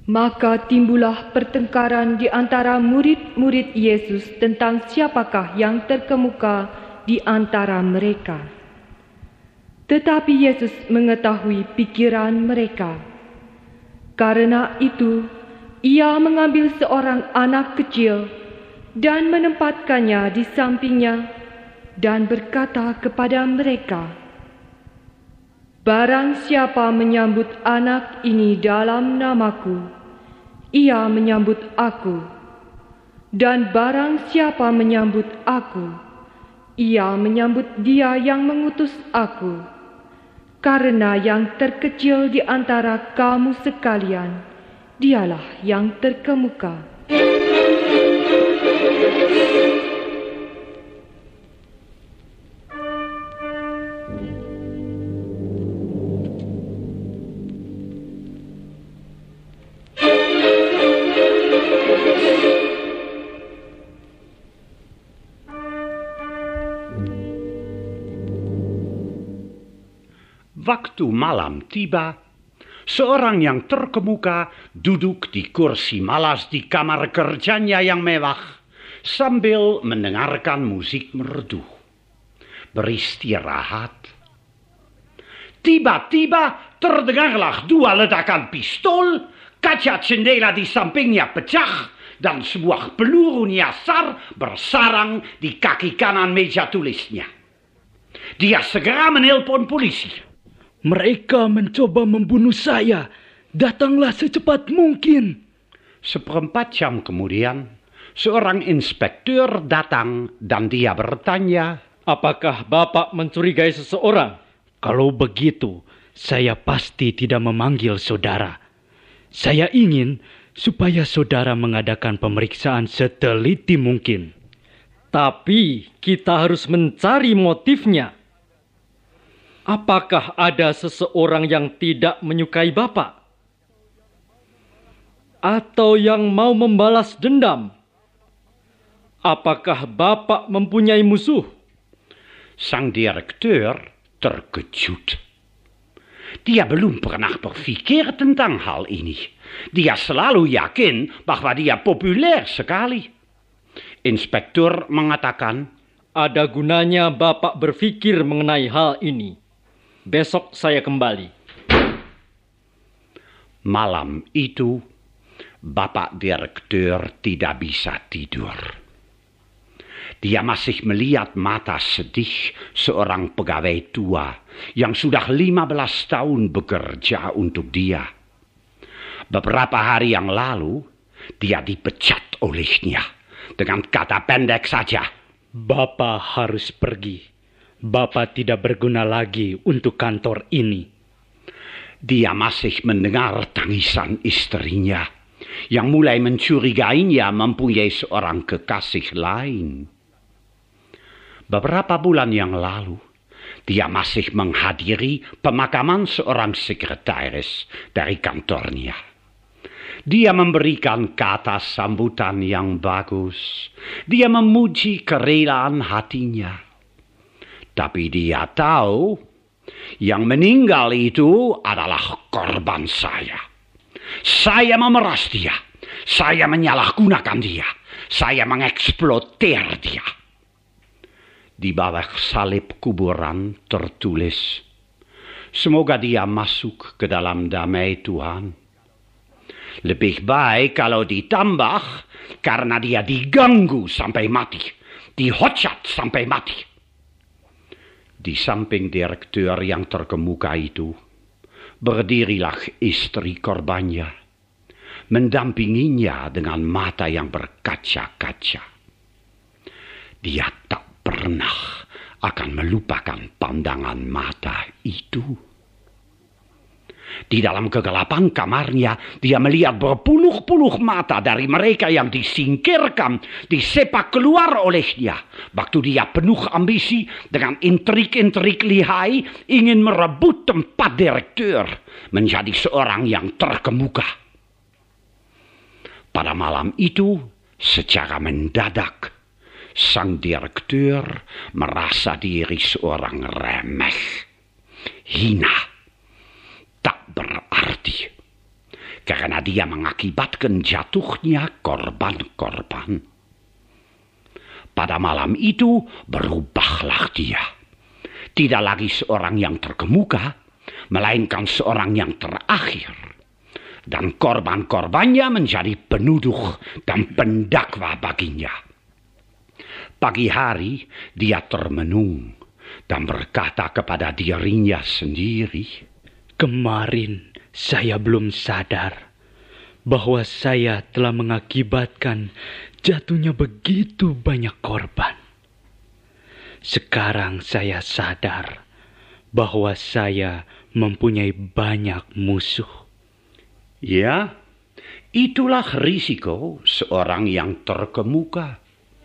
Maka timbullah pertengkaran di antara murid-murid Yesus tentang siapakah yang terkemuka di antara mereka. Tetapi Yesus mengetahui pikiran mereka. Karena itu, Ia mengambil seorang anak kecil dan menempatkannya di sampingnya dan berkata kepada mereka, "Barang siapa menyambut anak ini dalam namaku, ia menyambut aku. Dan barang siapa menyambut aku, ia menyambut Dia yang mengutus aku. Karena yang terkecil di antara kamu sekalian, dialah yang terkemuka." Waktu malam tiba, seorang yang terkemuka duduk di kursi malas di kamar kerjanya yang mewah sambil mendengarkan musik merdu. Beristirahat. Tiba-tiba terdengarlah 2 ledakan pistol, kaca jendela di sampingnya pecah, dan sebuah peluru nyasar bersarang di kaki kanan meja tulisnya. Dia segera menelpon polisi. "Mereka mencoba membunuh saya. Datanglah secepat mungkin." 1/4 jam kemudian, seorang inspektur datang dan dia bertanya, "Apakah Bapak mencurigai seseorang?" "Kalau begitu, saya pasti tidak memanggil saudara. Saya ingin supaya saudara mengadakan pemeriksaan seteliti mungkin." "Tapi kita harus mencari motifnya. Apakah ada seseorang yang tidak menyukai Bapak? Atau yang mau membalas dendam? Apakah Bapak mempunyai musuh?" Sang direktur terkejut. Dia belum pernah berpikir tentang hal ini. Dia selalu yakin bahwa dia populer sekali. Inspektur mengatakan, "Ada gunanya Bapak berpikir mengenai hal ini. Besok saya kembali." Malam itu, Bapak Direktur tidak bisa tidur. Dia masih melihat mata sedih seorang pegawai tua yang sudah 15 tahun bekerja untuk dia. Beberapa hari yang lalu, dia dipecat olehnya dengan kata pendek saja, "Bapak harus pergi. Bapak tidak berguna lagi untuk kantor ini." Dia masih mendengar tangisan istrinya yang mulai mencurigainya mempunyai seorang kekasih lain. Beberapa bulan yang lalu, dia masih menghadiri pemakaman seorang sekretaris dari kantornya. Dia memberikan kata sambutan yang bagus. Dia memuji kerelaan hatinya. Tapi dia tahu yang meninggal itu adalah korban saya. Saya memeras dia. Saya menyalahgunakan dia. Saya mengeksploiter dia. Di bawah salib kuburan tertulis, "Semoga dia masuk ke dalam damai Tuhan." Lebih baik kalau ditambah karena dia diganggu sampai mati. Dihujat sampai mati. Di samping direktur yang terkemuka itu, berdirilah istri korbannya, mendampinginya dengan mata yang berkaca-kaca. Dia tak pernah akan melupakan pandangan mata itu. Di dalam kegelapan kamarnya, dia melihat berpuluh-puluh mata dari mereka yang disingkirkan, disepak keluar olehnya. Waktu dia penuh ambisi dengan intrik-intrik lihai, ingin merebut tempat direktur menjadi seorang yang terkemuka. Pada malam itu, secara mendadak, sang direktur merasa diri seorang remeh, hina, tak berarti. karena dia mengakibatkan jatuhnya korban-korban. Pada malam itu berubahlah dia. Tidak lagi seorang yang terkemuka, melainkan seorang yang terakhir. Dan korban-korbannya menjadi penuduh dan pendakwa baginya. Pagi hari dia termenung dan berkata kepada dirinya sendiri, "Kemarin saya belum sadar bahwa saya telah mengakibatkan jatuhnya begitu banyak korban. Sekarang saya sadar bahwa saya mempunyai banyak musuh." Ya, itulah risiko seorang yang terkemuka.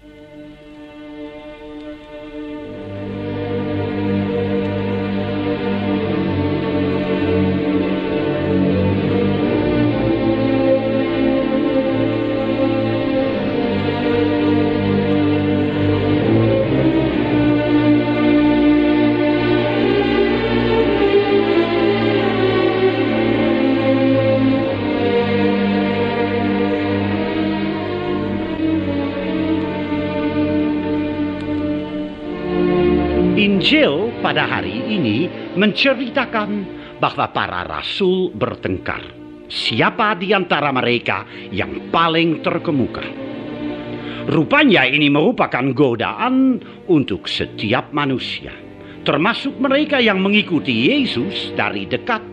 Injil pada hari ini menceritakan bahwa para rasul bertengkar. Siapa di antara mereka yang paling terkemuka? Rupanya ini merupakan godaan untuk setiap manusia, termasuk mereka yang mengikuti Yesus dari dekat.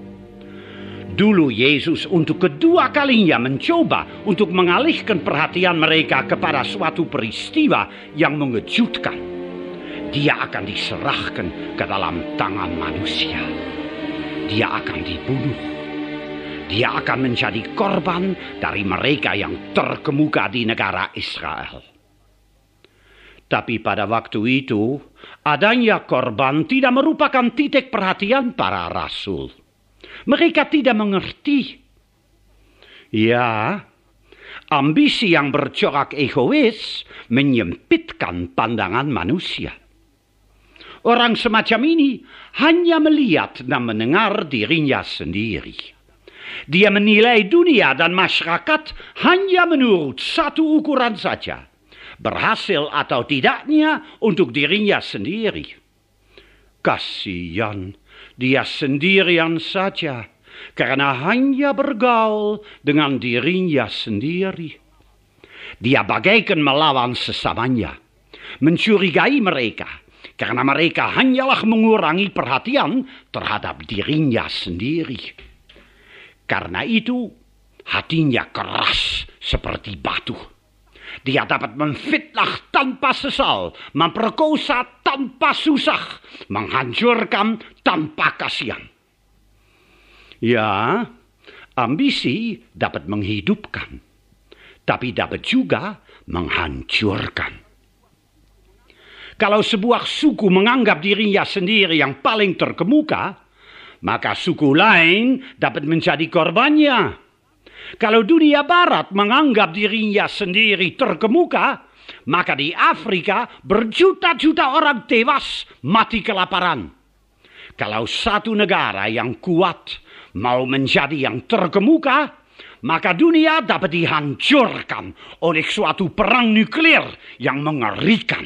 Dulu Yesus untuk kedua kalinya mencoba untuk mengalihkan perhatian mereka kepada suatu peristiwa yang mengejutkan. Dia akan diserahkan ke dalam tangan manusia. Dia akan dibunuh. Dia akan menjadi korban dari mereka yang terkemuka di negara Israel. Tapi pada waktu itu, adanya korban tidak merupakan titik perhatian para rasul. Mereka tidak mengerti. Ya, ambisi yang bercorak egois menyempitkan pandangan manusia. Orang semacam ini hanya melihat dan mendengar dirinya sendiri. Dia menilai dunia dan masyarakat hanya menurut satu ukuran saja. Berhasil atau tidaknya untuk dirinya sendiri. Kasihan, dia sendirian saja. Karena hanya bergaul dengan dirinya sendiri. Dia bagaikan melawan sesamanya. Mencurigai mereka. Karena mereka hanyalah mengurangi perhatian terhadap dirinya sendiri. Karena itu, hatinya keras seperti batu. Dia dapat memfitnah tanpa sesal, memperkosa tanpa susah, menghancurkan tanpa kasihan. Ya, ambisi dapat menghidupkan, tapi dapat juga menghancurkan. Kalau sebuah suku menganggap dirinya sendiri yang paling terkemuka, maka suku lain dapat menjadi korbannya. Kalau dunia barat menganggap dirinya sendiri terkemuka, maka di Afrika berjuta-juta orang tewas mati kelaparan. Kalau satu negara yang kuat mau menjadi yang terkemuka, maka dunia dapat dihancurkan oleh suatu perang nuklir yang mengerikan.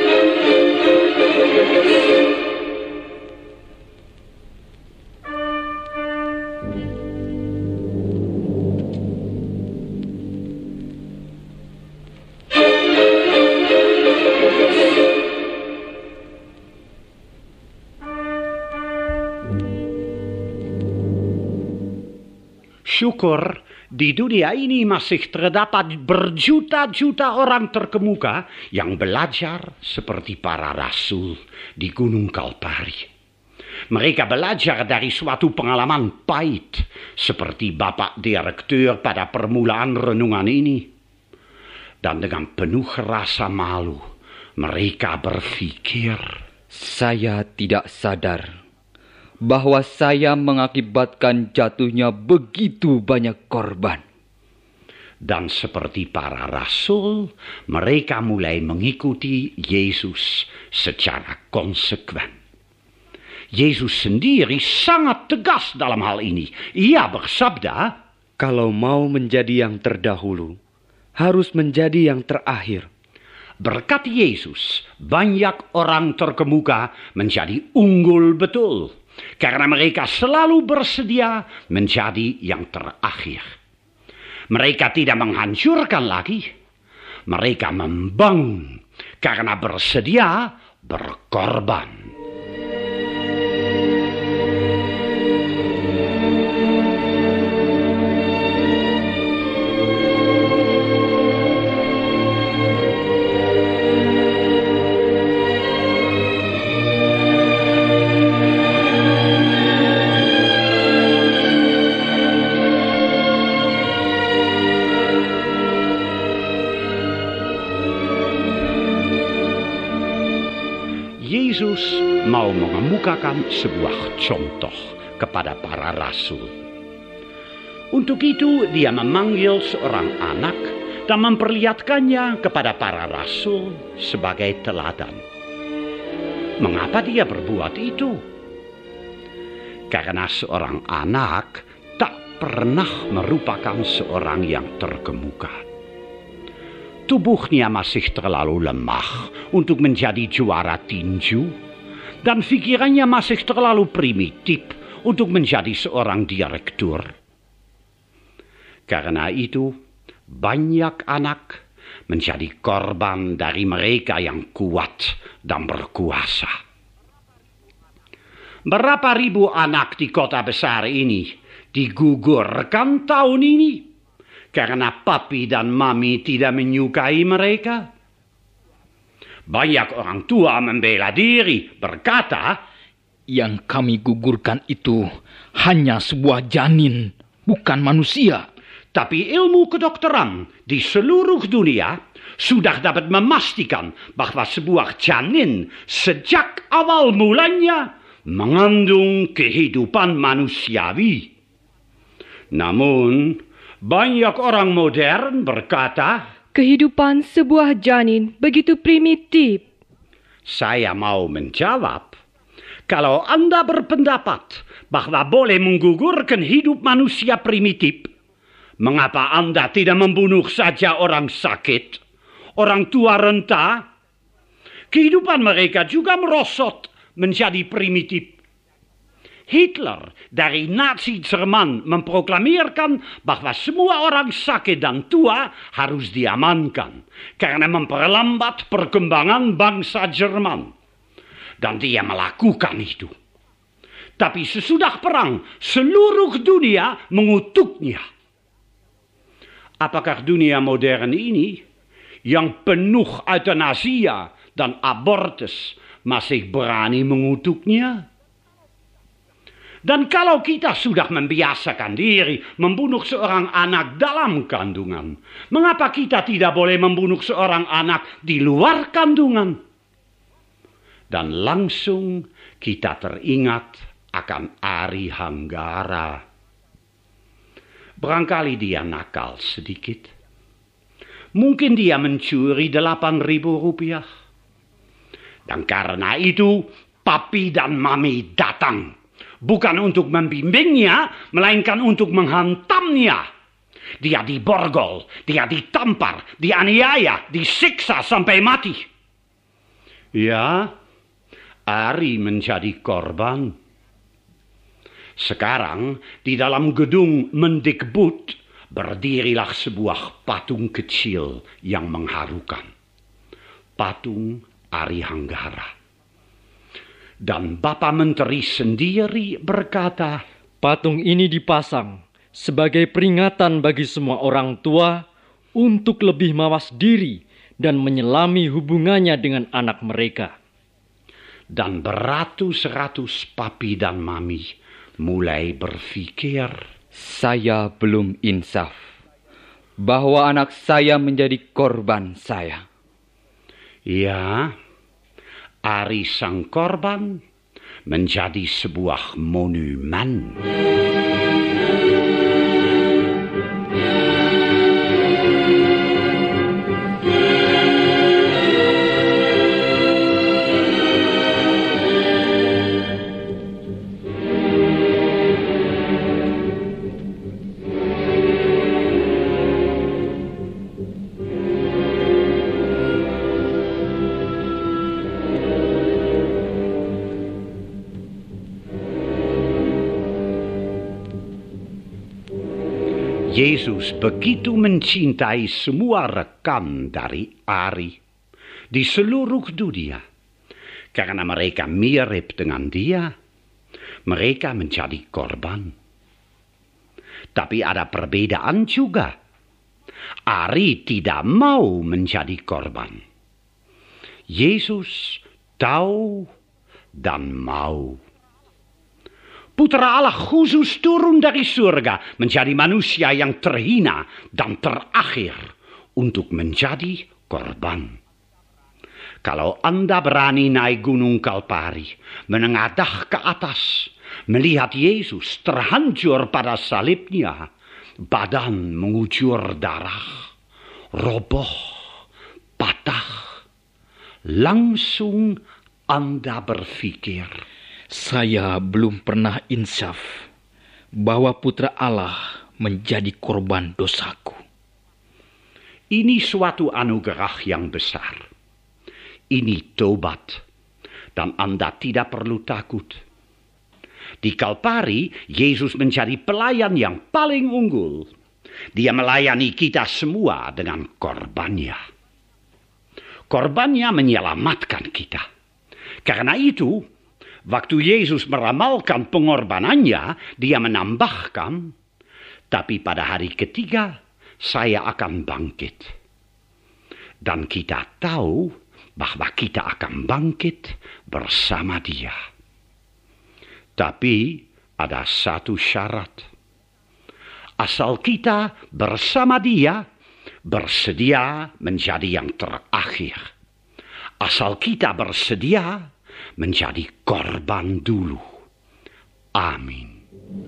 Syukur di dunia ini masih terdapat berjuta-juta orang terkemuka yang belajar seperti para rasul di Gunung Kalpari. Mereka belajar dari suatu pengalaman pahit seperti Bapak Direktur pada permulaan renungan ini. Dan dengan penuh rasa malu mereka berpikir, "Saya tidak sadar bahwa saya mengakibatkan jatuhnya begitu banyak korban." Dan seperti para rasul, mereka mulai mengikuti Yesus secara konsekuen. Yesus sendiri sangat tegas dalam hal ini. Ia bersabda, Kalau mau menjadi yang terdahulu, harus menjadi yang terakhir. Berkat Yesus, banyak orang terkemuka menjadi unggul betul. Karena mereka selalu bersedia menjadi yang terakhir. Mereka tidak menghancurkan lagi. Mereka membangun karena bersedia berkorban. Yesus mau mengemukakan sebuah contoh kepada para rasul. Untuk itu dia memanggil seorang anak dan memperlihatkannya kepada para rasul sebagai teladan. Mengapa dia berbuat itu? Karena seorang anak tak pernah merupakan seorang yang terkemuka. Tubuhnya masih terlalu lemah untuk menjadi juara tinju, dan pikirannya masih terlalu primitif untuk menjadi seorang direktur. Karena itu, banyak anak menjadi korban dari mereka yang kuat dan berkuasa. Berapa ribu anak di kota besar ini digugurkan tahun ini? Karena papi dan mami tidak menyukai mereka. Banyak orang tua membela diri, berkata, "Yang kami gugurkan itu hanya sebuah janin, bukan manusia." Tapi ilmu kedokteran di seluruh dunia sudah dapat memastikan bahwa sebuah janin sejak awal mulanya mengandung kehidupan manusiawi. Namun, banyak orang modern berkata, kehidupan sebuah janin begitu primitif. Saya mau menjawab, kalau Anda berpendapat bahwa boleh menggugurkan hidup manusia primitif, mengapa Anda tidak membunuh saja orang sakit, orang tua renta? Kehidupan mereka juga merosot menjadi primitif. Hitler dari Nazi Jerman memproklamirkan bahwa semua orang sakit dan tua harus diamankan karena memperlambat perkembangan bangsa Jerman. Dan dia melakukan itu. Tapi sesudah perang, seluruh dunia mengutuknya. Apakah dunia modern ini yang penuh euthanasia dan abortus masih berani mengutuknya? Dan kalau kita sudah membiasakan diri membunuh seorang anak dalam kandungan, mengapa kita tidak boleh membunuh seorang anak di luar kandungan? Dan langsung kita teringat akan Ari Hanggara. Barangkali dia nakal sedikit. Mungkin dia mencuri 8.000 rupiah. Dan karena itu, papi dan mami datang. Bukan untuk membimbingnya, melainkan untuk menghantamnya. Dia diborgol, dia ditampar, dianiaya, disiksa sampai mati. Ya, Ari menjadi korban. Sekarang, di dalam gedung Mendikbud, berdirilah sebuah patung kecil yang mengharukan. Patung Ari Hanggara. Dan Bapak Menteri sendiri berkata, patung ini dipasang sebagai peringatan bagi semua orang tua untuk lebih mawas diri dan menyelami hubungannya dengan anak mereka. Dan beratus-ratus papi dan mami mulai berpikir, saya belum insaf bahwa anak saya menjadi korban saya. Ya, Ari sang korban menjadi sebuah monumen. Yesus begitu mencintai semua rekan dari Ari di seluruh dunia. Karena mereka mirip dengan dia, mereka menjadi korban. Tapi ada perbedaan juga. Ari tidak mau menjadi korban. Yesus tahu dan mau. Putra Allah khusus turun dari surga menjadi manusia yang terhina dan terakhir untuk menjadi korban. Kalau Anda berani naik Gunung Kalpari, menengadah ke atas, melihat Yesus terhancur pada salibnya, badan mengucur darah, roboh, patah, langsung Anda berpikir, Saya belum pernah insaf bahwa putra Allah menjadi korban dosaku. ini suatu anugerah yang besar. Ini tobat, dan Anda tidak perlu takut. Di Kalpari, Yesus menjadi pelayan yang paling unggul. Dia melayani kita semua dengan korbannya. Korbannya menyelamatkan kita. Karena itu, waktu Yesus meramalkan pengorbanannya, dia menambahkan, tapi pada hari ketiga, saya akan bangkit. Dan kita tahu bahwa kita akan bangkit bersama dia. Tapi ada satu syarat. Asal kita bersama dia, bersedia menjadi yang terakhir. Asal kita bersedia menjadi korban dulu. Amin.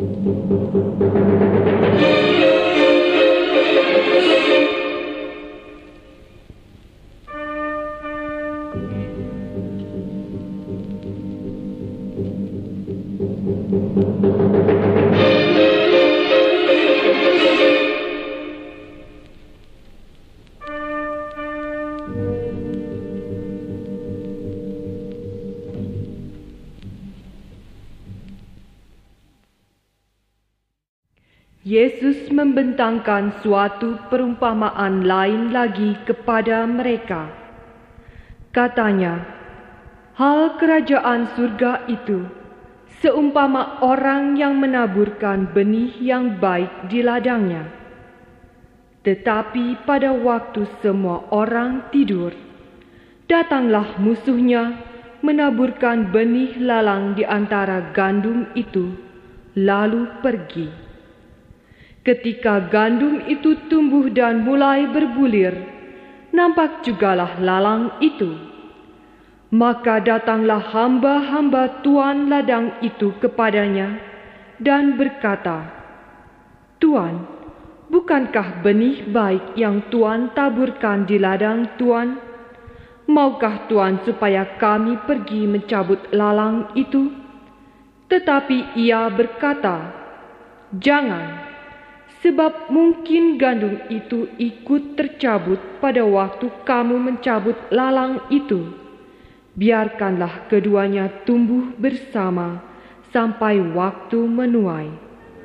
Yesus membentangkan suatu perumpamaan lain lagi kepada mereka. Katanya, hal kerajaan surga itu seumpama orang yang menaburkan benih yang baik di ladangnya. Tetapi pada waktu semua orang tidur, datanglah musuhnya menaburkan benih lalang di antara gandum itu, lalu pergi. Ketika gandum itu tumbuh dan mulai berbulir, nampak jugalah lalang itu. Maka datanglah hamba-hamba tuan ladang itu kepadanya dan berkata, Tuan, bukankah benih baik yang Tuan taburkan di ladang Tuan? Maukah Tuan supaya kami pergi mencabut lalang itu? Tetapi ia berkata, Jangan. Sebab mungkin gandum itu ikut tercabut pada waktu kamu mencabut lalang itu. Biarkanlah keduanya tumbuh bersama sampai waktu menuai.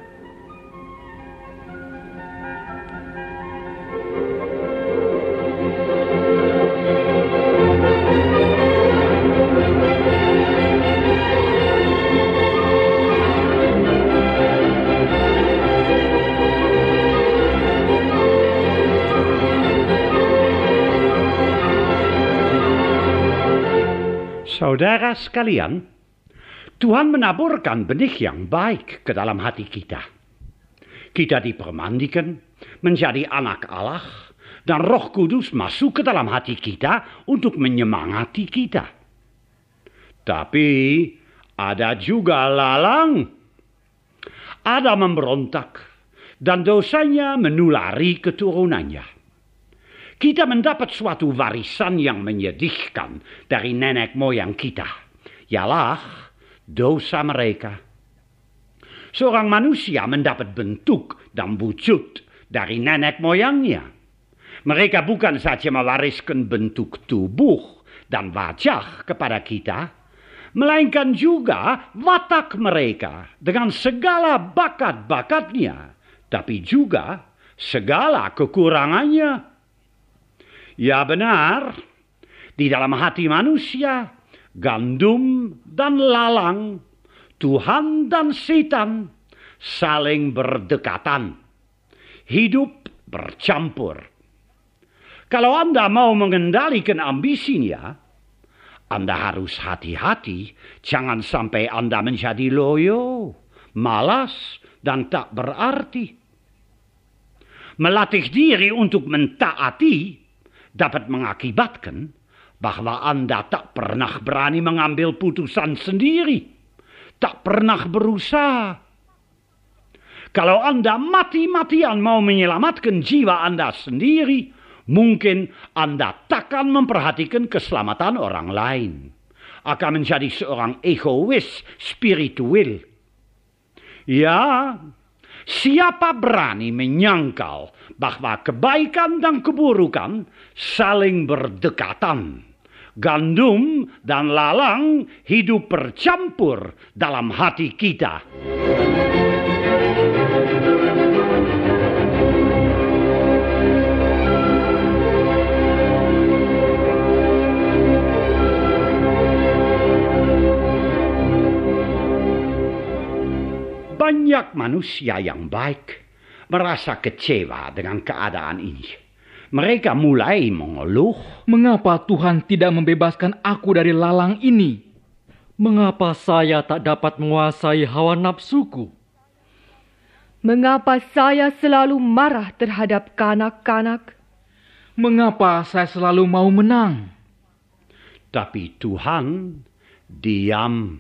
Saudara sekalian, Tuhan menaburkan benih yang baik ke dalam hati kita. Kita dipermandikan menjadi anak Allah dan Roh Kudus masuk ke dalam hati kita untuk menyemangati kita. Tapi ada juga lalang. Ada memberontak dan dosanya menulari keturunannya. Kita mendapat suatu warisan yang menyedihkan dari nenek moyang kita. Ialah dosa mereka. Seorang manusia mendapat bentuk dan wujud dari nenek moyangnya. Mereka bukan saja mewariskan bentuk tubuh dan wajah kepada kita, melainkan juga watak mereka dengan segala bakat-bakatnya, tapi juga segala kekurangannya. Ya benar, di dalam hati manusia, gandum dan lalang, Tuhan dan setan saling berdekatan, hidup bercampur. Kalau Anda mau mengendalikan ambisinya, Anda harus hati-hati, jangan sampai Anda menjadi loyo, malas, dan tak berarti. Melatih diri untuk mentaati dapat mengakibatkan bahwa Anda tak pernah berani mengambil putusan sendiri, tak pernah berusaha. Kalau Anda mati-matian mau menyelamatkan jiwa Anda sendiri, mungkin Anda takkan memperhatikan keselamatan orang lain. Akan menjadi seorang egois spiritual. Ya, siapa berani menyangkal bahwa kebaikan dan keburukan saling berdekatan. Gandum dan lalang hidup bercampur dalam hati kita. Banyak manusia yang baik merasa kecewa dengan keadaan ini. Mereka mulai mengeluh. Mengapa Tuhan tidak membebaskan aku dari lalang ini? Mengapa saya tak dapat menguasai hawa nafsuku? Mengapa saya selalu marah terhadap kanak-kanak? Mengapa saya selalu mau menang? Tapi Tuhan diam.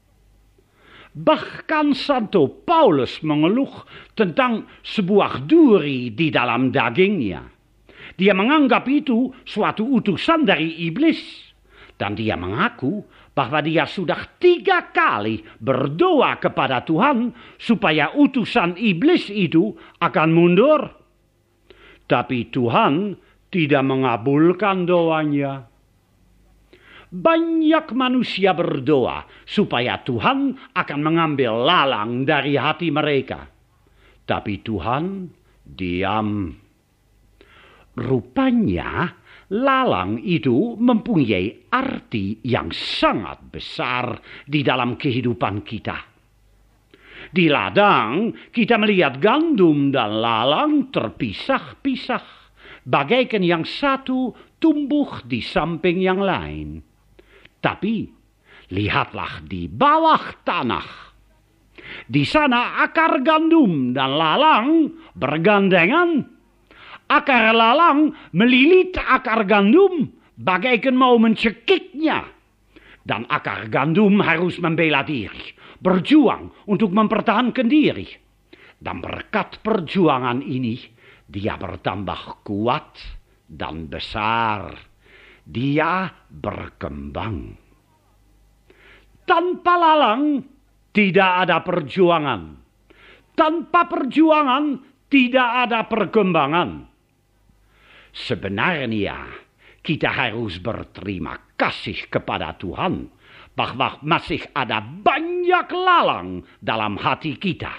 Bahkan Santo Paulus mengeluh tentang sebuah duri di dalam dagingnya. Dia menganggap itu suatu utusan dari iblis. Dan dia mengaku bahwa dia sudah 3 kali berdoa kepada Tuhan supaya utusan iblis itu akan mundur. Tapi Tuhan tidak mengabulkan doanya. Banyak manusia berdoa supaya Tuhan akan mengambil lalang dari hati mereka. Tapi Tuhan diam. Rupanya lalang itu mempunyai arti yang sangat besar di dalam kehidupan kita. Di ladang kita melihat gandum dan lalang terpisah-pisah. Bagaikan yang satu tumbuh di samping yang lain. Tapi lihatlah di bawah tanah. Di sana akar gandum dan lalang bergandengan. Akar lalang melilit akar gandum bagaikan mau mencekiknya. Dan akar gandum harus membela diri, berjuang untuk mempertahankan diri. Dan berkat perjuangan ini, dia bertambah kuat dan besar. Dia berkembang. Tanpa lalang tidak ada perjuangan. Tanpa perjuangan tidak ada perkembangan. Sebenarnya kita harus berterima kasih kepada Tuhan bahwa masih ada banyak lalang dalam hati kita.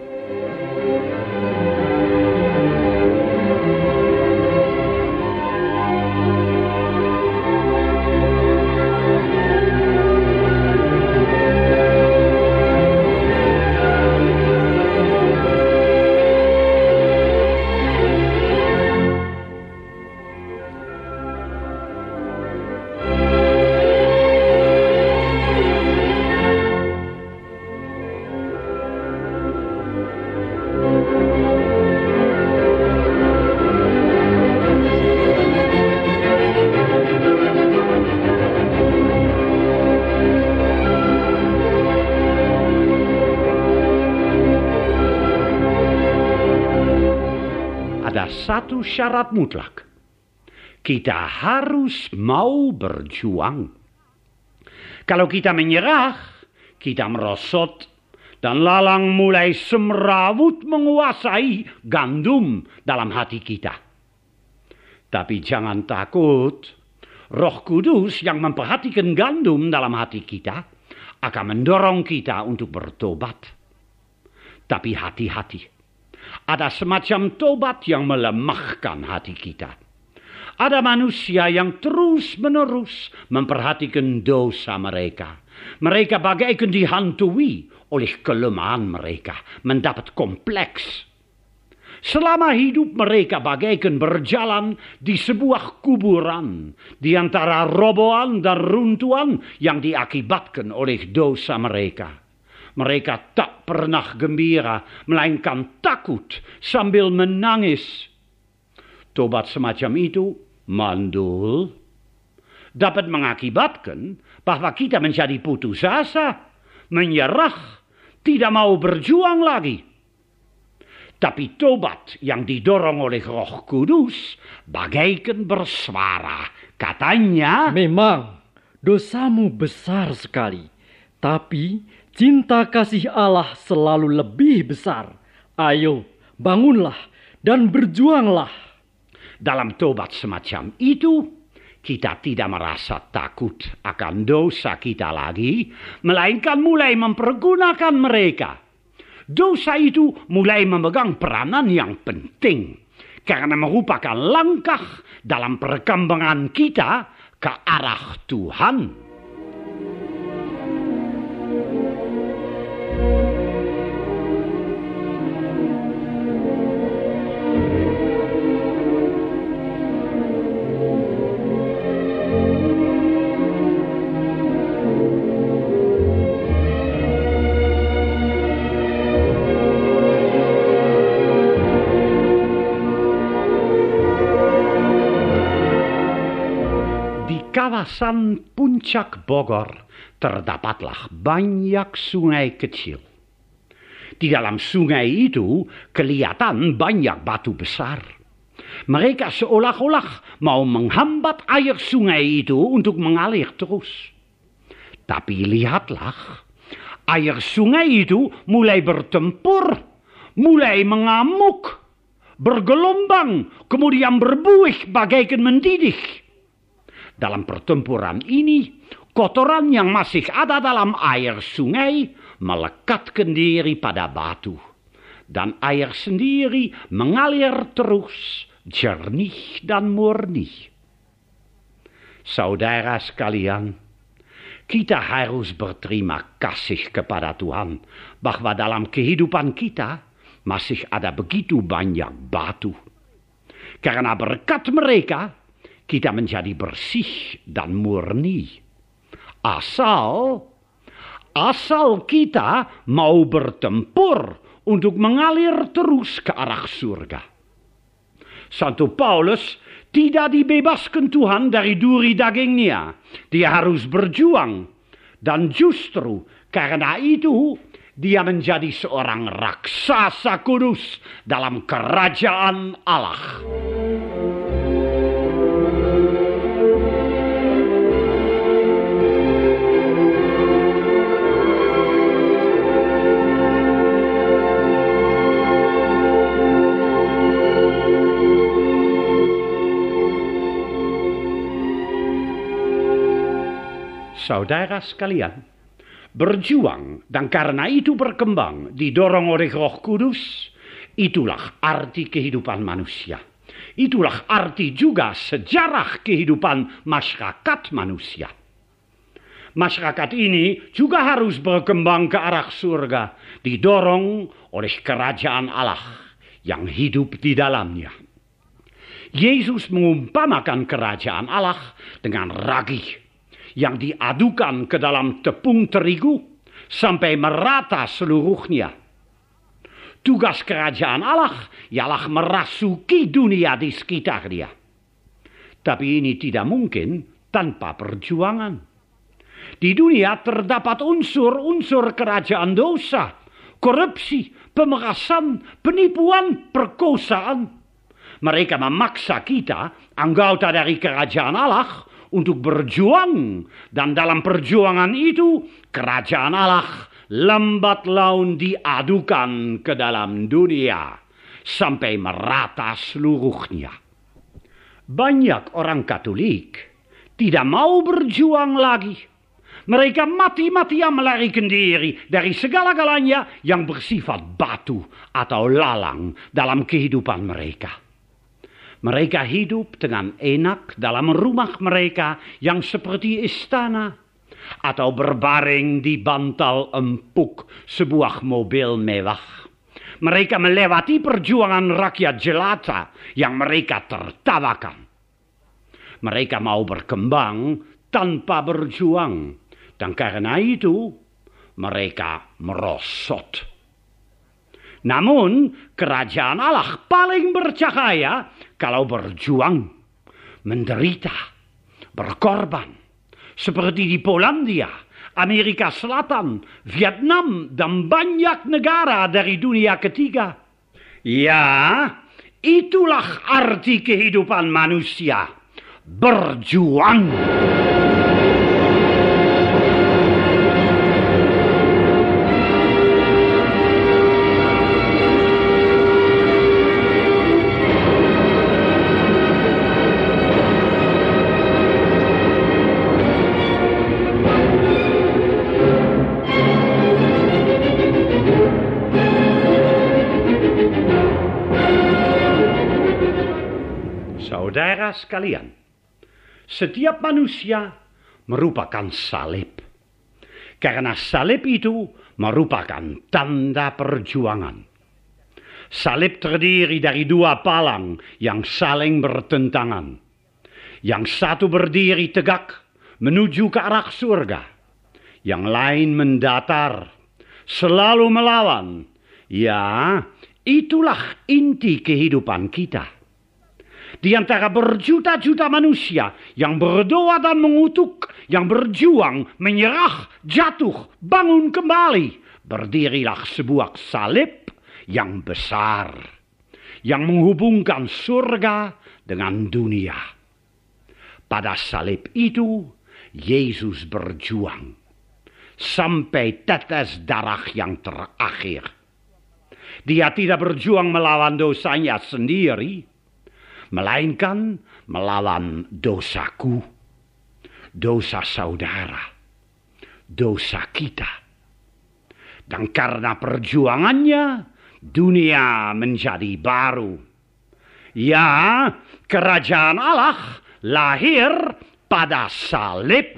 Satu syarat mutlak. Kita harus mau berjuang. Kalau kita menyerah, kita merosot, dan lalang mulai semrawut menguasai gandum dalam hati kita. Tapi jangan takut, Roh Kudus yang memperhatikan gandum dalam hati kita akan mendorong kita untuk bertobat. Tapi hati-hati. Ada semacam tobat yang melemahkan hati kita. Ada manusia yang terus-menerus memperhatikan dosa mereka. Mereka bagaikan dihantui oleh kelemahan mereka, mendapat kompleks. Selama hidup mereka bagaikan berjalan di sebuah kuburan di antara robohan dan runtuhan yang diakibatkan oleh dosa mereka. Mereka tak pernah gembira, melainkan takut sambil menangis. Tobat semacam itu mandul, dapat mengakibatkan bahwa kita menjadi putus asa, menyerah, tidak mau berjuang lagi. Tapi tobat yang didorong oleh Roh Kudus bagaikan bersuara. Katanya, memang dosamu besar sekali, tapi cinta kasih Allah selalu lebih besar. Ayo, bangunlah dan berjuanglah. Dalam tobat semacam itu, kita tidak merasa takut akan dosa kita lagi, melainkan mulai mempergunakan mereka. Dosa itu mulai memegang peranan yang penting, karena merupakan langkah dalam perkembangan kita ke arah Tuhan. Kawasan puncak Bogor terdapatlah banyak sungai kecil. Di dalam sungai itu kelihatan banyak batu besar. Mereka seolah-olah mau menghambat air sungai itu untuk mengalir terus. Tapi lihatlah, air sungai itu mulai bertempur, mulai mengamuk, bergelombang, kemudian berbuih bagaikan mendidih. Dalam pertempuran ini, kotoran yang masih ada dalam air sungai melekatkan diri pada batu. Dan air sendiri mengalir terus, jernih dan murni. Saudara sekalian, kita harus berterima kasih kepada Tuhan bahwa dalam kehidupan kita masih ada begitu banyak batu. Karena berkat mereka, kita menjadi bersih dan murni. Asal kita mau bertempur untuk mengalir terus ke arah surga. Santo Paulus tidak dibebaskan Tuhan dari duri dagingnya. Dia harus berjuang. Dan justru karena itu dia menjadi seorang raksasa kudus dalam kerajaan Allah. Saudara sekalian, berjuang dan karena itu berkembang, didorong oleh Roh Kudus, itulah arti kehidupan manusia. Itulah arti juga sejarah kehidupan masyarakat manusia. Masyarakat ini juga harus berkembang ke arah surga, didorong oleh kerajaan Allah yang hidup di dalamnya. Yesus mengumpamakan kerajaan Allah dengan ragi yang diadukan ke dalam tepung terigu sampai merata seluruhnya. Tugas kerajaan Allah ialah merasuki dunia di sekitar dia. Tapi ini tidak mungkin tanpa perjuangan. Di dunia terdapat unsur-unsur kerajaan dosa, korupsi, pemerasan, penipuan, perkosaan. Mereka memaksa kita, anggota dari kerajaan Allah, untuk berjuang, dan dalam perjuangan itu kerajaan Allah lambat laun diadukan ke dalam dunia sampai merata seluruhnya. Banyak orang Katolik tidak mau berjuang lagi. Mereka mati-matian melarikan diri dari segala-galanya yang bersifat batu atau lalang dalam kehidupan mereka. Mereka hidup dengan enak dalam rumah mereka yang seperti istana, atau berbaring di bantal empuk sebuah mobil mewah. Mereka melewati perjuangan rakyat jelata yang mereka tertawakan. Mereka mau berkembang tanpa berjuang, dan karena itu mereka merosot. Namun kerajaan Allah paling bercahaya kalau berjuang, menderita, berkorban. Seperti di Polandia, Amerika Selatan, Vietnam, dan banyak negara dari dunia ketiga. Ya, itulah arti kehidupan manusia. Berjuang. Saudara sekalian, setiap manusia merupakan salib. Karena salib itu merupakan tanda perjuangan. Salib terdiri dari dua palang yang saling bertentangan. Yang satu berdiri tegak menuju ke arah surga. Yang lain mendatar, selalu melawan. Ya, itulah inti kehidupan kita. Di antara berjuta-juta manusia yang berdoa dan mengutuk, yang berjuang, menyerah, jatuh, bangun kembali, berdirilah sebuah salib yang besar, yang menghubungkan surga dengan dunia. Pada salib itu, Yesus berjuang sampai tetes darah yang terakhir. Dia tidak berjuang melawan dosanya sendiri, melainkan melawan dosaku, dosa saudara, dosa kita. Dan karena perjuangannya, dunia menjadi baru. Ya, kerajaan Allah lahir pada salib.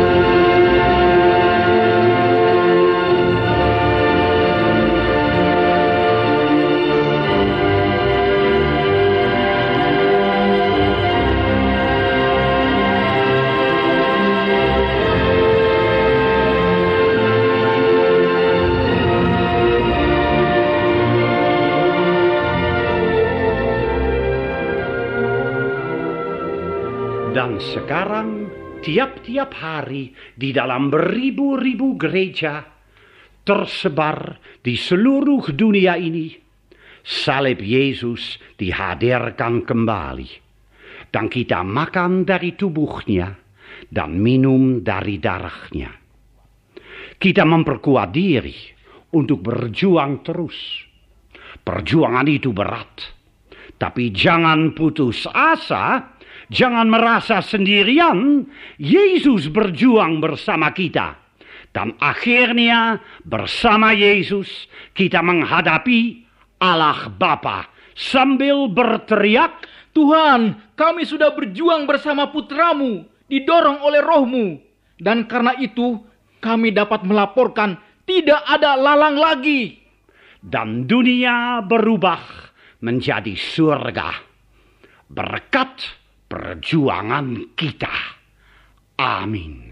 Dan sekarang tiap-tiap hari di dalam beribu-ribu gereja tersebar di seluruh dunia ini, salib Yesus dihadirkan kembali. Dan kita makan dari tubuhnya dan minum dari darahnya. Kita memperkuat diri untuk berjuang terus. Perjuangan itu berat, tapi jangan putus asa. Jangan merasa sendirian, Yesus berjuang bersama kita. Dan akhirnya bersama Yesus kita menghadapi Allah Bapa sambil berteriak, Tuhan, kami sudah berjuang bersama putramu, didorong oleh rohmu. Dan karena itu kami dapat melaporkan tidak ada lalang lagi. Dan dunia berubah menjadi surga. Berkat perjuangan kita. Amin.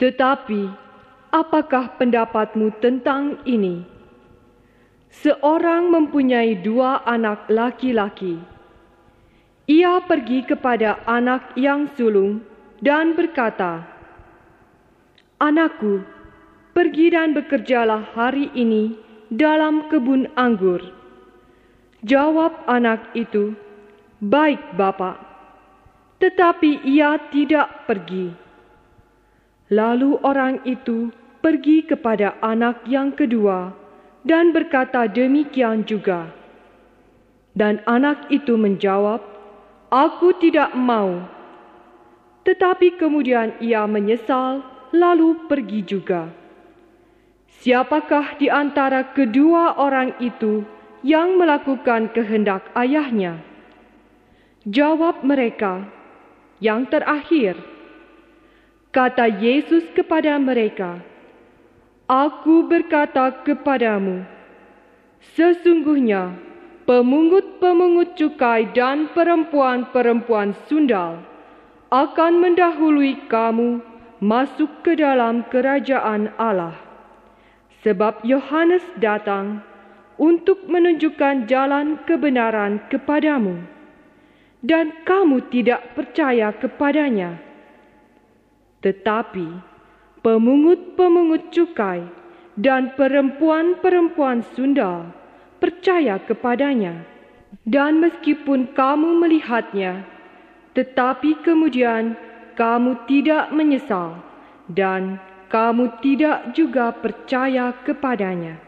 Tetapi, apakah pendapatmu tentang ini? Seorang mempunyai 2 anak laki-laki. Ia pergi kepada anak yang sulung dan berkata, "Anakku, pergi dan bekerjalah hari ini dalam kebun anggur." Jawab anak itu, "Baik, Bapa." Tetapi ia tidak pergi. Lalu orang itu pergi kepada anak yang kedua dan berkata demikian juga. Dan anak itu menjawab, "Aku tidak mau." Tetapi kemudian ia menyesal lalu pergi juga. Siapakah di antara kedua orang itu yang melakukan kehendak ayahnya? Jawab mereka, "Yang terakhir." Kata Yesus kepada mereka, "Aku berkata kepadamu, sesungguhnya pemungut-pemungut cukai dan perempuan-perempuan sundal akan mendahului kamu masuk ke dalam kerajaan Allah. Sebab Yohanes datang untuk menunjukkan jalan kebenaran kepadamu, dan kamu tidak percaya kepadanya. Tetapi pemungut-pemungut cukai dan perempuan-perempuan sundal percaya kepadanya. Dan meskipun kamu melihatnya, tetapi kemudian kamu tidak menyesal, dan kamu tidak juga percaya kepadanya."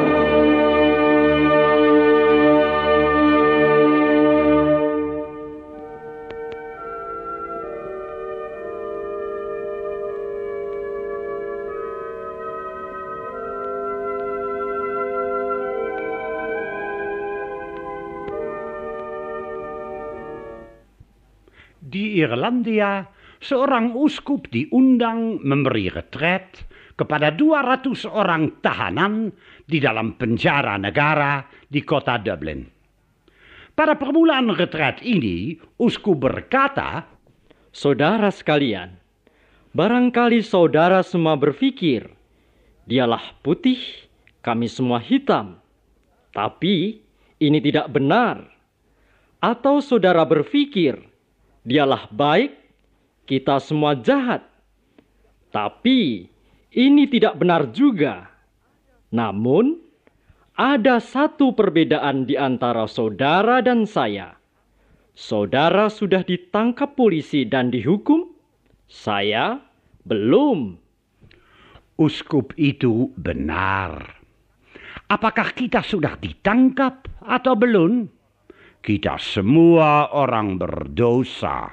Di Irlandia, seorang uskup diundang memberi retret kepada 200 orang tahanan di dalam penjara negara di kota Dublin. Pada permulaan retret ini, uskup berkata, Saudara sekalian, barangkali saudara semua berpikir, dialah putih, kami semua hitam. Tapi ini tidak benar. Atau saudara berpikir, dialah baik, kita semua jahat. Tapi ini tidak benar juga. Namun, ada satu perbedaan di antara saudara dan saya. Saudara sudah ditangkap polisi dan dihukum, saya belum. Uskup itu benar. Apakah kita sudah ditangkap atau belum? Kita semua orang berdosa.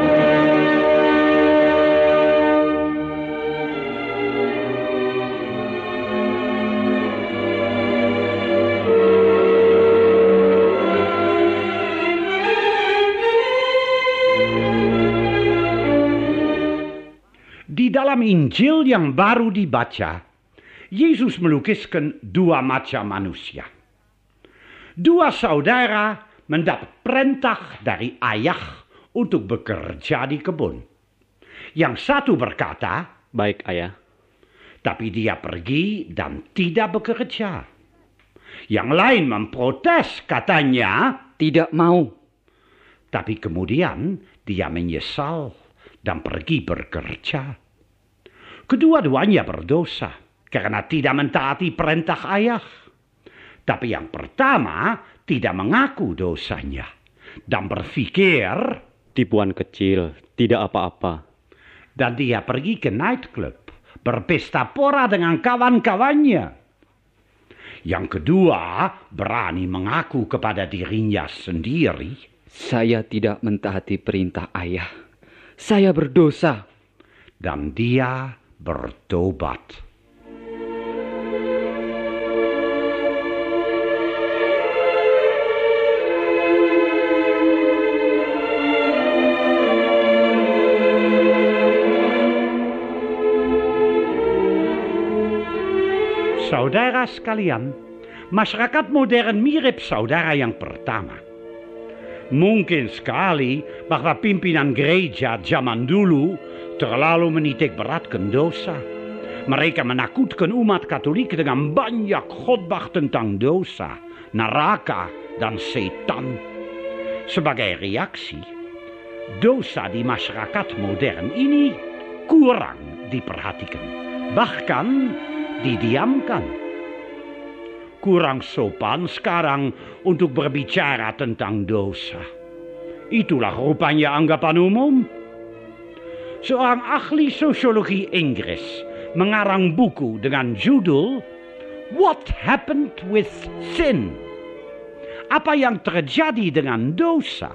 Di dalam Injil yang baru dibaca, Yesus melukiskan 2 macam manusia. 2 saudara mendapat perintah dari ayah untuk bekerja di kebun. Yang satu berkata, Baik, ayah. tapi dia pergi dan tidak bekerja. Yang lain memprotes, katanya, Tidak mau. tapi kemudian dia menyesal dan pergi bekerja. Kedua-duanya berdosa karena tidak mentaati perintah ayah. Tapi yang pertama tidak mengaku dosanya dan berpikir, Tipuan kecil, tidak apa-apa. dan dia pergi ke nightclub, berpesta pora dengan kawan-kawannya. Yang kedua berani mengaku kepada dirinya sendiri, Saya tidak mentaati perintah ayah. Saya berdosa. dan dia bertobat. Saudara sekalian, masyarakat modern mirip saudara yang pertama. Mungkin sekali bahwa pimpinan gereja zaman dulu terlalu menitik beratkan dosa. Mereka menakutkan umat Katolik dengan banyak khotbah tentang dosa, neraka, dan setan. Sebagai reaksi, dosa di masyarakat modern ini kurang diperhatikan, bahkan didiamkan. Kurang sopan sekarang untuk berbicara tentang dosa. Itulah rupanya anggapan umum. Seorang ahli sosiologi Inggris mengarang buku dengan judul What Happened with Sin? Apa yang terjadi dengan dosa?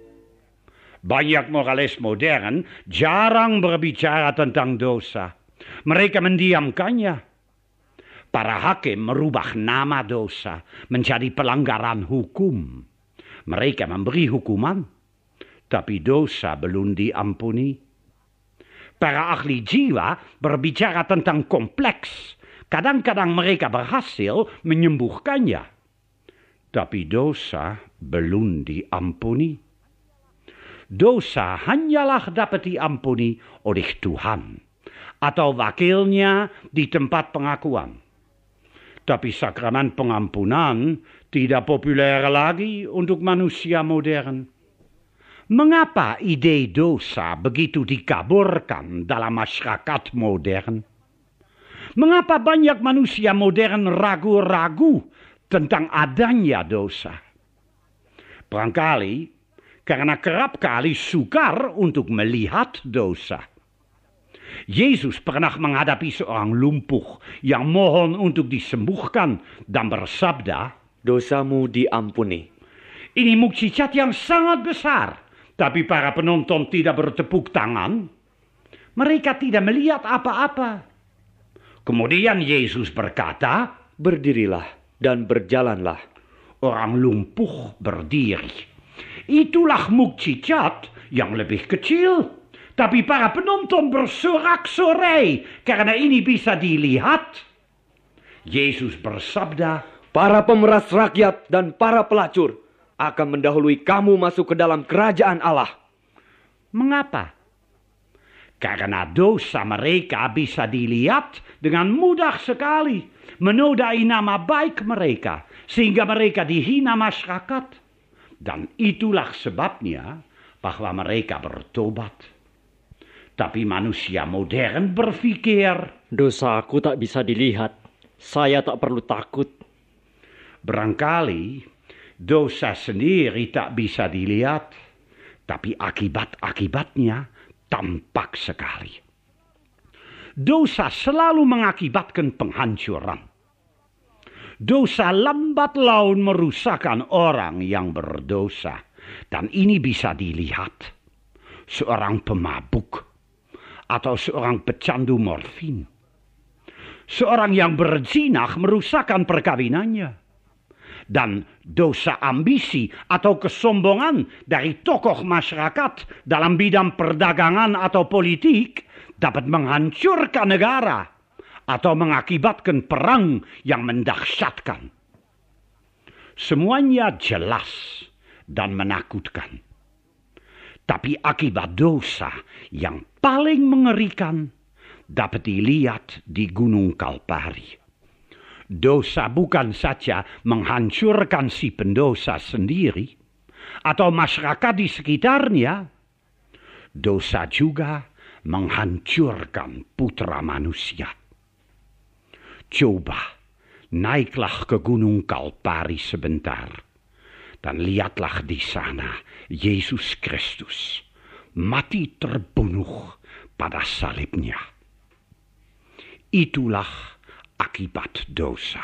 Banyak moralis modern jarang berbicara tentang dosa. Mereka mendiamkannya. Para hakim merubah nama dosa menjadi pelanggaran hukum. Mereka memberi hukuman, tapi dosa belum diampuni. Para ahli jiwa berbicara tentang kompleks. Kadang-kadang mereka berhasil menyembuhkannya. Tapi dosa belum diampuni. Dosa hanyalah dapat diampuni oleh Tuhan atau wakilnya di tempat pengakuan. Tapi sakramen pengampunan tidak populer lagi untuk manusia modern. Mengapa ide dosa begitu dikaburkan dalam masyarakat modern? Mengapa banyak manusia modern ragu-ragu tentang adanya dosa? Barangkali karena kerap kali sukar untuk melihat dosa. Yesus pernah menghadapi seorang lumpuh yang mohon untuk disembuhkan dan bersabda, "Dosamu diampuni." Ini mukjizat yang sangat besar. Tapi para penonton tidak bertepuk tangan. Mereka tidak melihat apa-apa. Kemudian Yesus berkata, "Berdirilah dan berjalanlah." Orang lumpuh berdiri. Itulah mukjizat yang lebih kecil. Tapi para penonton bersorak-sorai karena ini bisa dilihat. Yesus bersabda, "Para pemeras rakyat dan para pelacur akan mendahului kamu masuk ke dalam kerajaan Allah." Mengapa? Karena dosa mereka bisa dilihat dengan mudah sekali, menodai nama baik mereka, sehingga mereka dihina masyarakat. Dan itulah sebabnya bahwa mereka bertobat. Tapi manusia modern berpikir, Dosaku tak bisa dilihat, saya tak perlu takut. Barangkali dosa sendiri tak bisa dilihat, tapi akibat-akibatnya tampak sekali. Dosa selalu mengakibatkan penghancuran. Dosa lambat laun merusakkan orang yang berdosa. Dan ini bisa dilihat. Seorang pemabuk atau seorang pecandu morfin. Seorang yang berzina merusakkan perkawinannya. Dan dosa ambisi atau kesombongan dari tokoh masyarakat dalam bidang perdagangan atau politik dapat menghancurkan negara atau mengakibatkan perang yang mendahsyatkan. Semuanya jelas dan menakutkan. Tapi akibat dosa yang paling mengerikan dapat dilihat di Gunung Kalpari. Dosa bukan saja menghancurkan si pendosa sendiri atau masyarakat di sekitarnya. Dosa juga menghancurkan putra manusia. Coba naiklah ke Gunung Kalpari sebentar dan lihatlah di sana Yesus Kristus mati terbunuh pada salibnya. Itulah akibat dosa.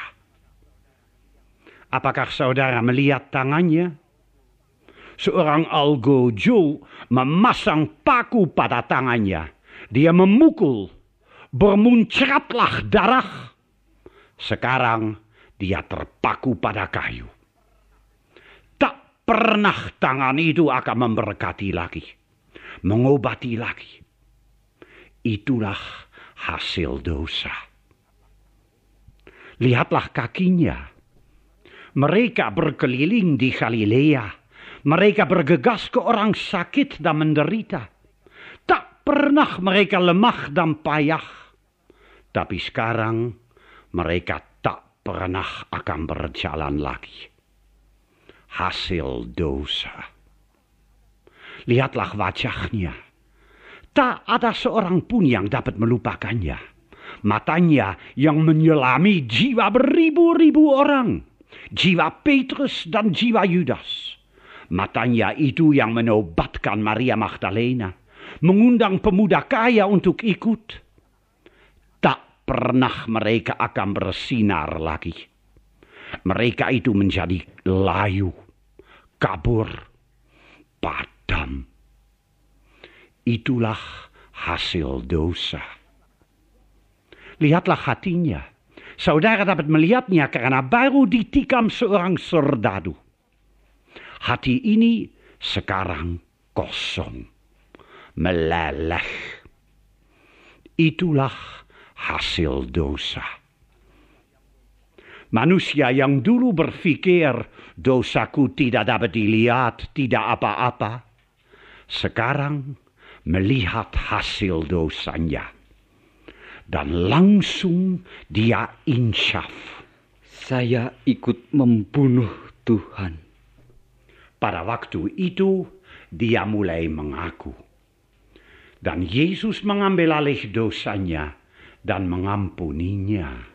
Apakah saudara melihat tangannya? Seorang algojo memasang paku pada tangannya. Dia memukul, bermuncratlah darah. Sekarang dia terpaku pada kayu. Tak pernah tangan itu akan memberkati lagi, mengobati lagi. Itulah hasil dosa. Lihatlah kakinya. Mereka berkeliling di Galilea. Mereka bergegas ke orang sakit dan menderita. Tak pernah mereka lemah dan payah. Tapi sekarang mereka tak pernah akan berjalan lagi. Hasil dosa. Lihatlah wajahnya. Tak ada seorang pun yang dapat melupakannya. Matanya yang menyelami jiwa beribu-ribu orang. Jiwa Petrus dan jiwa Yudas. Matanya itu yang menobatkan Maria Magdalena. Mengundang pemuda kaya untuk ikut. Tak pernah mereka akan bersinar lagi. Mereka itu menjadi layu, kabur, padam. Itulah hasil dosa. Lihatlah hatinya. Saudara dapat melihatnya karena baru ditikam seorang serdadu. Hati ini sekarang kosong, meleleh. Itulah hasil dosa. Manusia yang dulu berpikir dosaku tidak dapat dilihat, tidak apa-apa, sekarang melihat hasil dosanya. Dan langsung dia insyaf. Saya ikut membunuh Tuhan. Pada waktu itu dia mulai mengaku. Dan Yesus mengambil alih dosanya dan mengampuninya.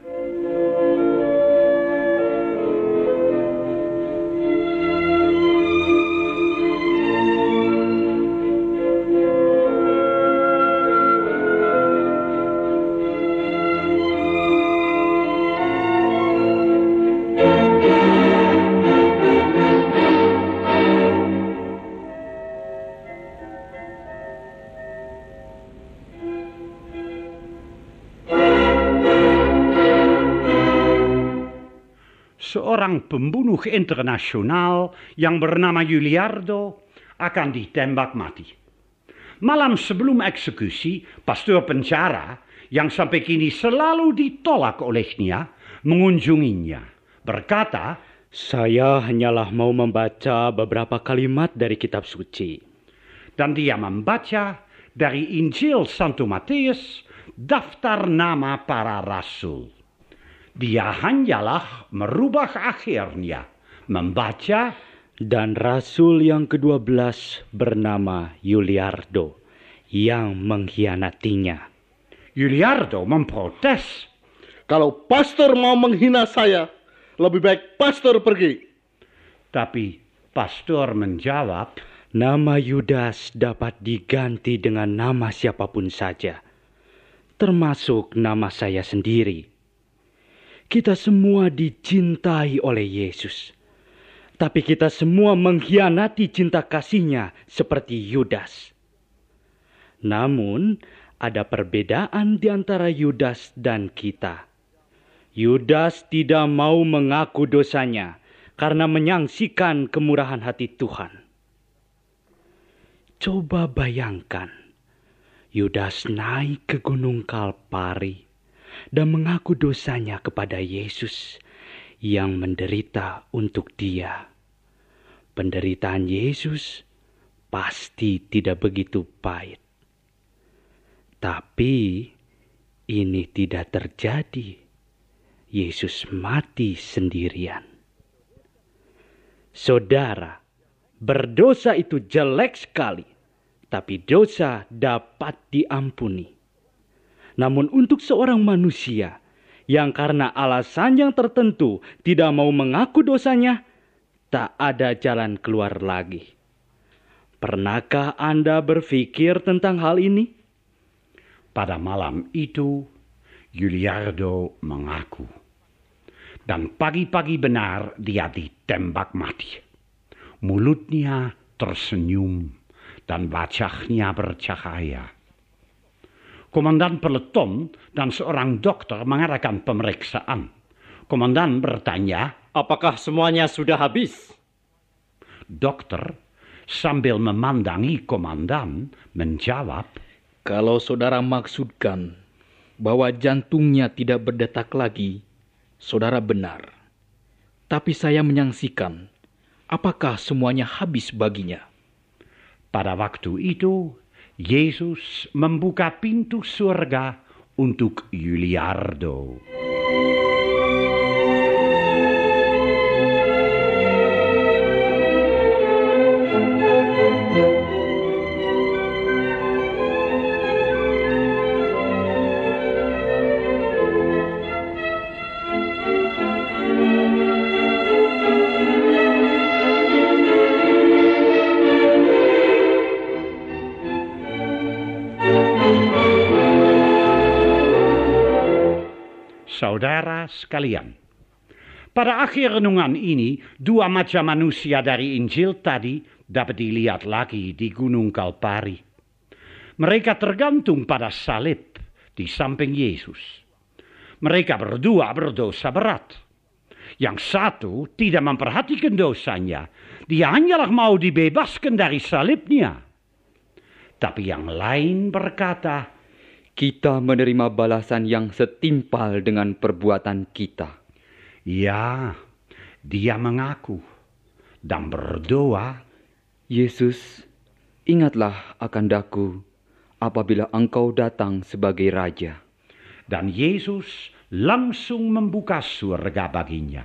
Seorang pembunuh internasional yang bernama Yuliardo akan ditembak mati. Malam sebelum eksekusi, pastor penjara yang sampai kini selalu ditolak olehnya mengunjunginya. Berkata, "Saya hanyalah mau membaca beberapa kalimat dari kitab suci." Dan dia membaca dari Injil Santo Matius daftar nama para rasul. Dia hanyalah merubah akhirnya, membaca, dan rasul yang ke-12 bernama Yuliardo yang mengkhianatinya. Yuliardo memprotes. Kalau pastor mau menghina saya, lebih baik pastor pergi. Tapi pastor menjawab, nama Yudas dapat diganti dengan nama siapapun saja, termasuk nama saya sendiri. Kita semua dicintai oleh Yesus. Tapi kita semua mengkhianati cinta kasihnya seperti Yudas. Namun, ada perbedaan di antara Yudas dan kita. Yudas tidak mau mengaku dosanya karena menyangsikan kemurahan hati Tuhan. Coba bayangkan, Yudas naik ke Gunung Kalpari dan mengaku dosanya kepada Yesus yang menderita untuk dia. Penderitaan Yesus pasti tidak begitu pahit. Tapi ini tidak terjadi. Yesus mati sendirian. Saudara, berdosa itu jelek sekali, tapi dosa dapat diampuni. Namun untuk seorang manusia yang karena alasan yang tertentu tidak mau mengaku dosanya, tak ada jalan keluar lagi. Pernahkah Anda berpikir tentang hal ini? Pada malam itu, Yuliardo mengaku. Dan pagi-pagi benar dia ditembak mati. Mulutnya tersenyum dan wajahnya bercahaya. Komandan peleton dan seorang dokter mengadakan pemeriksaan. Komandan bertanya, "Apakah semuanya sudah habis?" Dokter sambil memandangi komandan menjawab, "Kalau saudara maksudkan bahwa jantungnya tidak berdetak lagi, saudara benar. Tapi saya menyaksikan, apakah semuanya habis baginya?" Pada waktu itu, Yesus membuka pintu surga untuk Yuliardo. Saudara sekalian, pada akhir renungan ini, dua macam manusia dari Injil tadi dapat dilihat lagi di Gunung Kalpari. Mereka tergantung pada salib di samping Yesus. Mereka berdua berdosa berat. Yang satu tidak memperhatikan dosanya, dia hanyalah mau dibebaskan dari salibnya. Tapi yang lain berkata, kita menerima balasan yang setimpal dengan perbuatan kita. Ya, dia mengaku dan berdoa, Yesus, ingatlah akan daku apabila Engkau datang sebagai Raja. Dan Yesus langsung membuka surga baginya.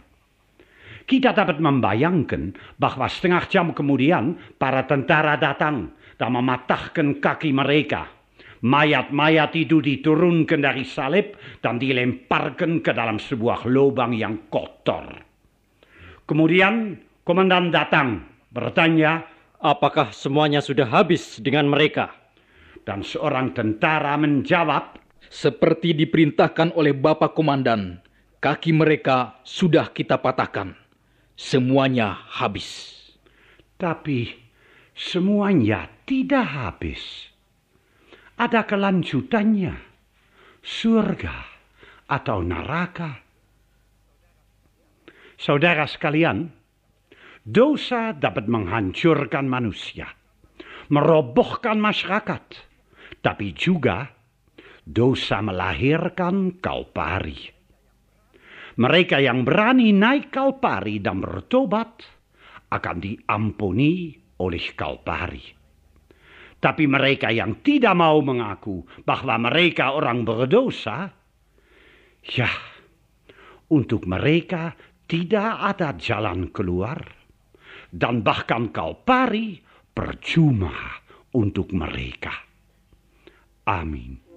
Kita dapat membayangkan bahwa setengah jam kemudian para tentara datang dan mematahkan kaki mereka. Mayat-mayat itu diturunkan dari salib dan dilemparkan ke dalam sebuah lubang yang kotor. Kemudian komandan datang bertanya, apakah semuanya sudah habis dengan mereka? Dan seorang tentara menjawab, seperti diperintahkan oleh Bapak Komandan, kaki mereka sudah kita patahkan. Semuanya habis. Tapi semuanya tidak habis. Ada kelanjutannya, surga atau neraka. Saudara sekalian, dosa dapat menghancurkan manusia, merobohkan masyarakat, tapi juga dosa melahirkan Kalpari. Mereka yang berani naik Kalpari dan bertobat akan diampuni oleh Kalpari. Tapi mereka yang tidak mau mengaku bahwa mereka orang berdosa, ya, untuk mereka tidak ada jalan keluar. Dan bahkan Kalpari percuma untuk mereka. Amin.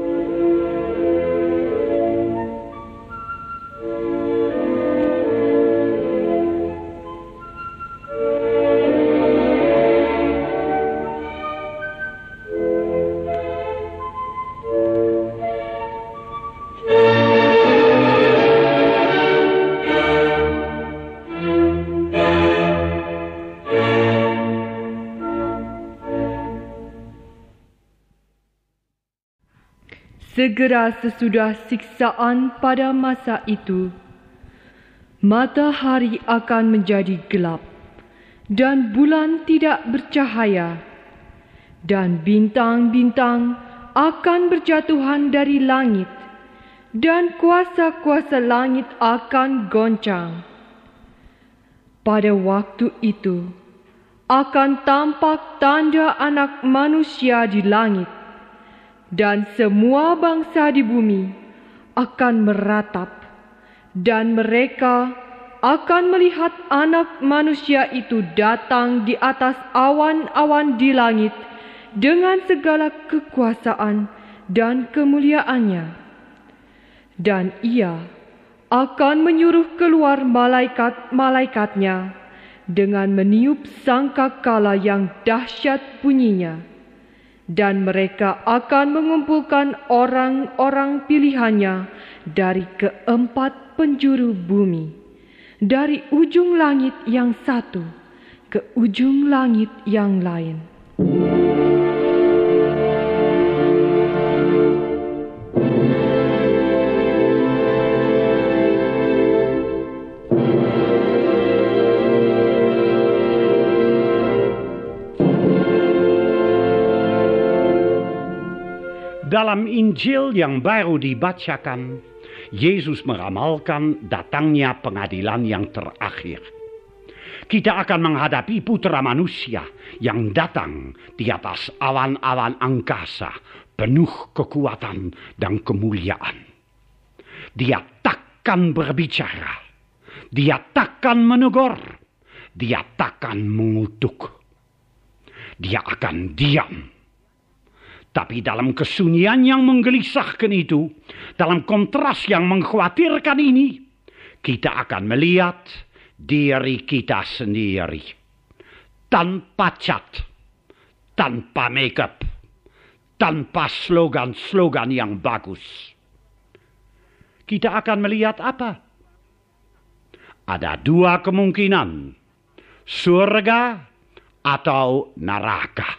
Segera sesudah siksaan pada masa itu, matahari akan menjadi gelap dan bulan tidak bercahaya, dan bintang-bintang akan berjatuhan dari langit, dan kuasa-kuasa langit akan goncang. Pada waktu itu akan tampak tanda Anak Manusia di langit, dan semua bangsa di bumi akan meratap, dan mereka akan melihat Anak Manusia itu datang di atas awan-awan di langit dengan segala kekuasaan dan kemuliaannya. Dan Ia akan menyuruh keluar malaikat-malaikatnya dengan meniup sangkakala yang dahsyat bunyinya. Dan mereka akan mengumpulkan orang-orang pilihannya dari keempat penjuru bumi, dari ujung langit yang satu ke ujung langit yang lain. Dalam Injil yang baru dibacakan, Yesus meramalkan datangnya pengadilan yang terakhir. kita akan menghadapi putra manusia yang datang di atas awan-awan angkasa, penuh kekuatan dan kemuliaan. Dia takkan berbicara, dia takkan menegur, dia takkan mengutuk. Dia akan diam. Tapi dalam kesunyian yang menggelisahkan itu, dalam kontras yang mengkhawatirkan ini, kita akan melihat diri kita sendiri. Tanpa cat, tanpa make-up, tanpa slogan-slogan yang bagus. Kita akan melihat apa? Ada dua kemungkinan, surga atau neraka.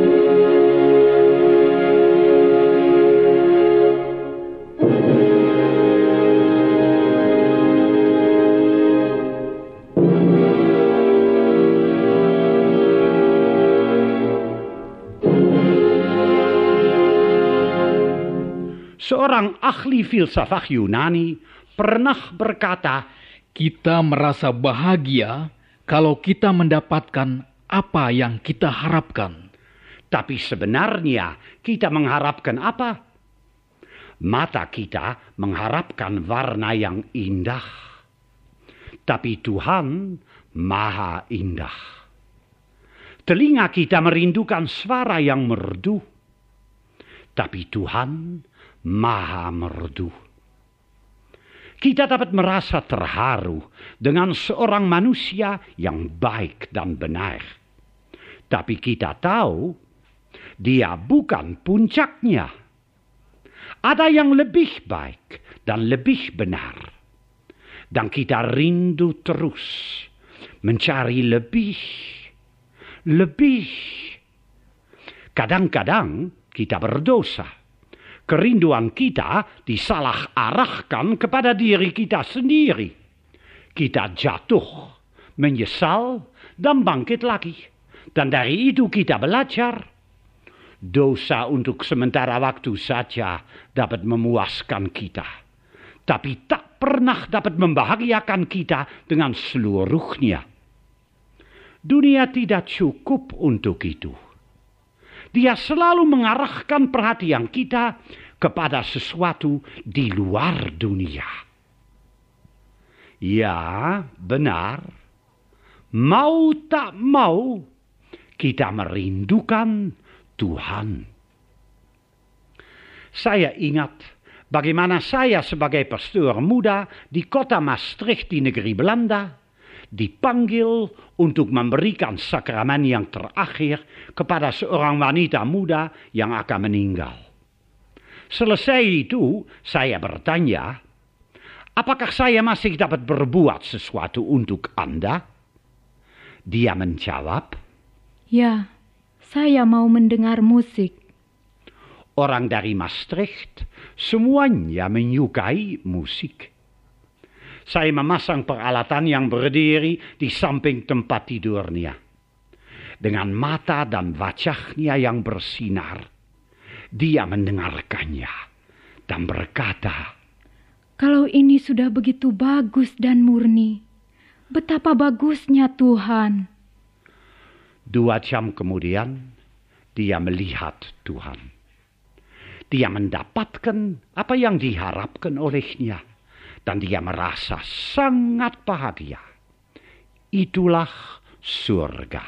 Seorang ahli filsafat Yunani pernah berkata, Kita merasa bahagia kalau kita mendapatkan apa yang kita harapkan. tapi sebenarnya kita mengharapkan apa? Mata kita mengharapkan warna yang indah, tapi Tuhan maha indah. Telinga kita merindukan suara yang merdu, tapi Tuhan maha merdu. Kita dapat merasa terharu dengan seorang manusia yang baik dan benar. Tapi kita tahu dia bukan puncaknya. Ada yang lebih baik dan lebih benar. Dan kita rindu terus mencari lebih. Kadang-kadang kita berdosa. Kerinduan kita disalah arahkan kepada diri kita sendiri. Kita jatuh, menyesal, dan bangkit lagi. Dan dari itu kita belajar. Dosa untuk sementara waktu saja dapat memuaskan kita. Tapi tak pernah dapat membahagiakan kita dengan seluruhnya. Dunia tidak cukup untuk itu. Dia selalu mengarahkan perhatian kita kepada sesuatu di luar dunia. Ya, benar. Mau tak mau, kita merindukan Tuhan. Saya ingat bagaimana saya sebagai pastor muda di kota Maastricht di negeri Belanda dipanggil untuk memberikan sakramen yang terakhir kepada seorang wanita muda yang akan meninggal. Selesai itu, saya bertanya, apakah saya masih dapat berbuat sesuatu untuk Anda? Dia menjawab, ya, saya mau mendengar musik. Orang dari Maastricht semuanya menyukai musik. Saya memasang peralatan yang berdiri di samping tempat tidurnya. Dengan mata dan wajahnya yang bersinar, dia mendengarkannya dan berkata, kalau ini sudah begitu bagus dan murni, betapa bagusnya Tuhan. 2 jam kemudian, dia melihat Tuhan. Dia mendapatkan apa yang diharapkan olehnya. Dan dia merasa sangat bahagia. Itulah surga.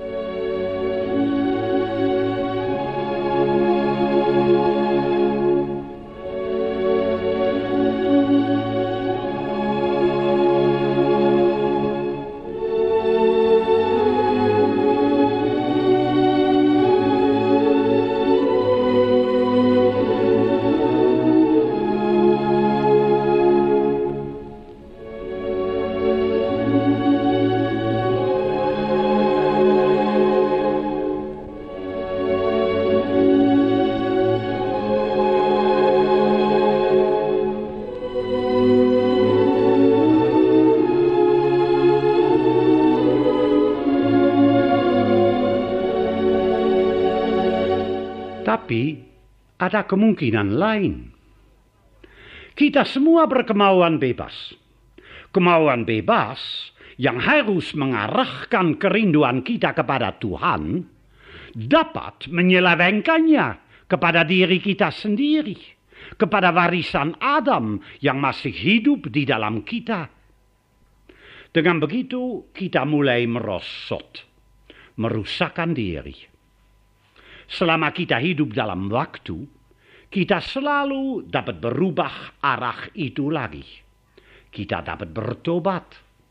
Tapi ada kemungkinan lain. Kita semua berkemauan bebas. Kemauan bebas yang harus mengarahkan kerinduan kita kepada Tuhan dapat menyelewengkannya kepada diri kita sendiri, kepada warisan Adam yang masih hidup di dalam kita. Dengan begitu kita mulai merosot, merusakkan diri. Selama kita hidup dalam waktu, kita selalu dapat berubah arah itu lagi. Kita dapat bertobat.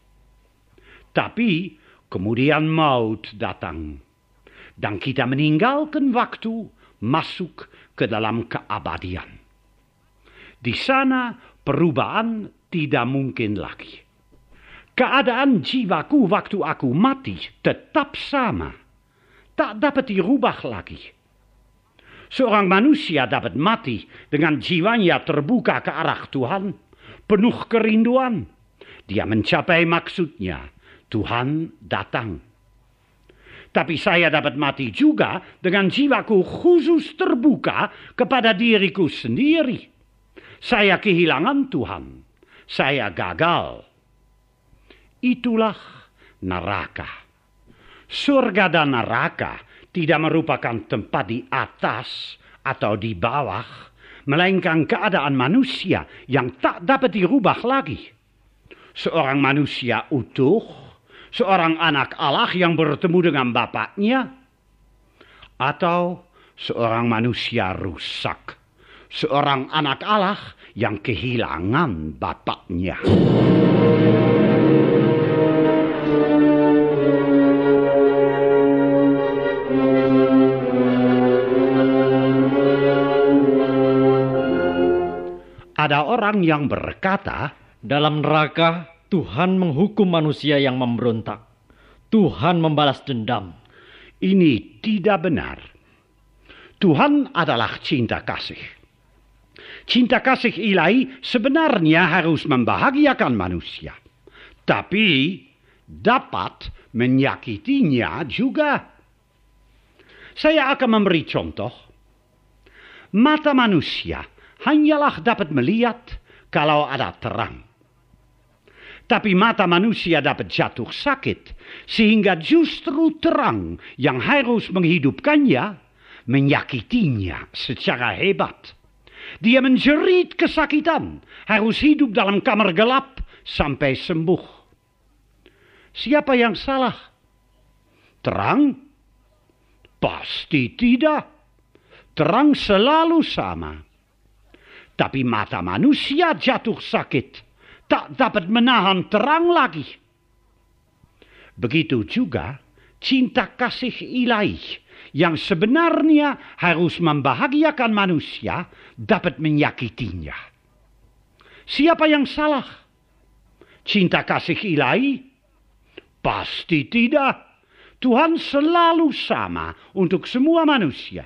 Tapi kemudian maut datang. Dan kita meninggalkan waktu masuk ke dalam keabadian. Di sana perubahan tidak mungkin lagi. Keadaan jiwaku waktu aku mati tetap sama. Tak dapat dirubah lagi. Seorang manusia dapat mati dengan jiwanya terbuka ke arah Tuhan, penuh kerinduan. Dia mencapai maksudnya, Tuhan datang. Tapi saya dapat mati juga dengan jiwaku khusus terbuka kepada diriku sendiri. Saya kehilangan Tuhan. Saya gagal. Itulah neraka. Surga dan neraka tidak merupakan tempat di atas atau di bawah, melainkan keadaan manusia yang tak dapat dirubah lagi. Seorang manusia utuh, seorang anak Allah yang bertemu dengan bapaknya, atau seorang manusia rusak, seorang anak Allah yang kehilangan bapaknya. Ada orang yang berkata, dalam neraka Tuhan menghukum manusia yang memberontak. Tuhan membalas dendam. Ini tidak benar. Tuhan adalah cinta kasih. Cinta kasih ilahi sebenarnya harus membahagiakan manusia. Tapi dapat menyakitinya juga. Saya akan memberi contoh. Mata manusia hanyalah dapat melihat kalau ada terang. Tapi mata manusia dapat jatuh sakit, sehingga justru terang yang harus menghidupkannya, menyakitinya secara hebat. Dia menjerit kesakitan, harus hidup dalam kamar gelap sampai sembuh. Siapa yang salah? Terang? Pasti tidak. Terang selalu sama. Tapi mata manusia jatuh sakit, tak dapat menahan terang lagi. Begitu juga cinta kasih ilahi yang sebenarnya harus membahagiakan manusia dapat menyakitinya. Siapa yang salah? Cinta kasih ilahi? Pasti tidak. Tuhan selalu sama untuk semua manusia.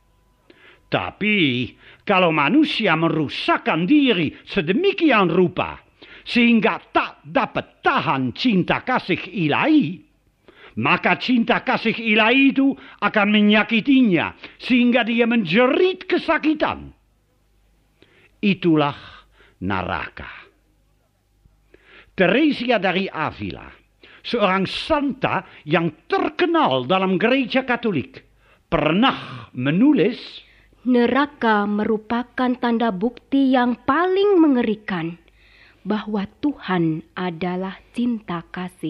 Tapi kalau manusia merusakkan diri sedemikian rupa sehingga tak dapat tahan cinta kasih ilahi, maka cinta kasih ilahi itu akan menyakitinya sehingga dia menjerit kesakitan. Itulah neraka. Teresia dari Avila, seorang santa yang terkenal dalam gereja Katolik, pernah menulis, neraka merupakan tanda bukti yang paling mengerikan bahwa Tuhan adalah cinta kasih.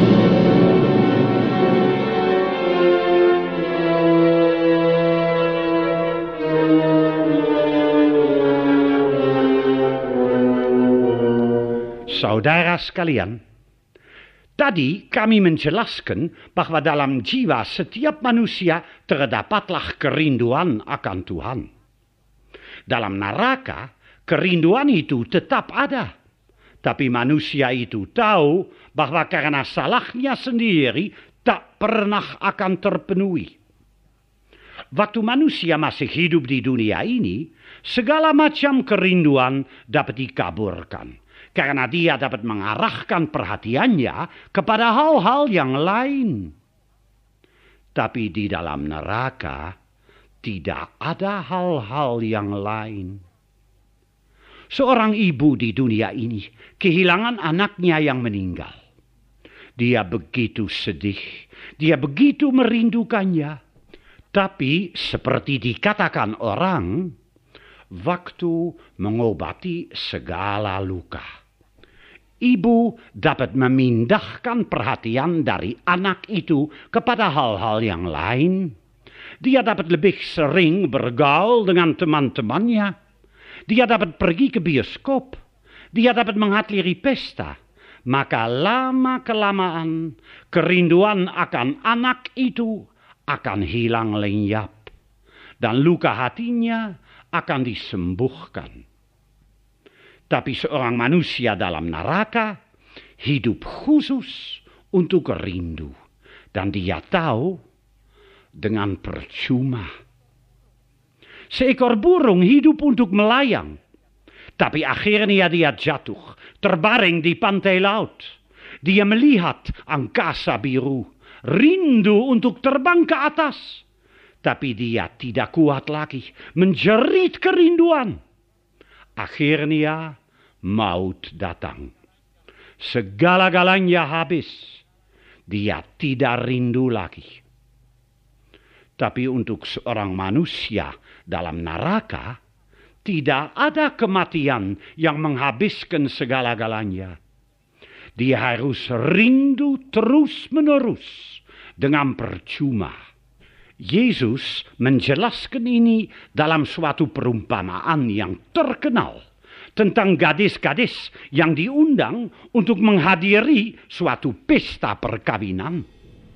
Saudara sekalian, tadi kami menjelaskan bahwa dalam jiwa setiap manusia terdapatlah kerinduan akan Tuhan. Dalam neraka, kerinduan itu tetap ada. Tapi manusia itu tahu bahwa karena salahnya sendiri tak pernah akan terpenuhi. Waktu manusia masih hidup di dunia ini, segala macam kerinduan dapat dikaburkan. Karena dia dapat mengarahkan perhatiannya kepada hal-hal yang lain. Tapi di dalam neraka tidak ada hal-hal yang lain. Seorang ibu di dunia ini kehilangan anaknya yang meninggal. Dia begitu sedih, dia begitu merindukannya. Tapi seperti dikatakan orang, waktu mengobati segala luka. Ibu dapat memindahkan perhatian dari anak itu kepada hal-hal yang lain. Dia dapat lebih sering bergaul dengan teman-temannya. Dia dapat pergi ke bioskop. Dia dapat menghadiri pesta. Maka lama-kelamaan kerinduan akan anak itu akan hilang lenyap. Dan luka hatinya akan disembuhkan. Tapi seorang manusia dalam neraka hidup khusus untuk rindu. Dan dia tahu dengan percuma. Seekor burung hidup untuk melayang. Tapi akhirnya dia jatuh, terbaring di pantai laut. Dia melihat angkasa biru, rindu untuk terbang ke atas. Tapi dia tidak kuat lagi, menjerit kerinduan. Akhirnya maut datang. Segala-galanya habis. Dia tidak rindu lagi. Tapi untuk seorang manusia dalam neraka, tidak ada kematian yang menghabiskan segala-galanya. Dia harus rindu terus-menerus dengan percuma. Yesus menjelaskan ini dalam suatu perumpamaan yang terkenal tentang gadis-gadis yang diundang untuk menghadiri suatu pesta perkawinan.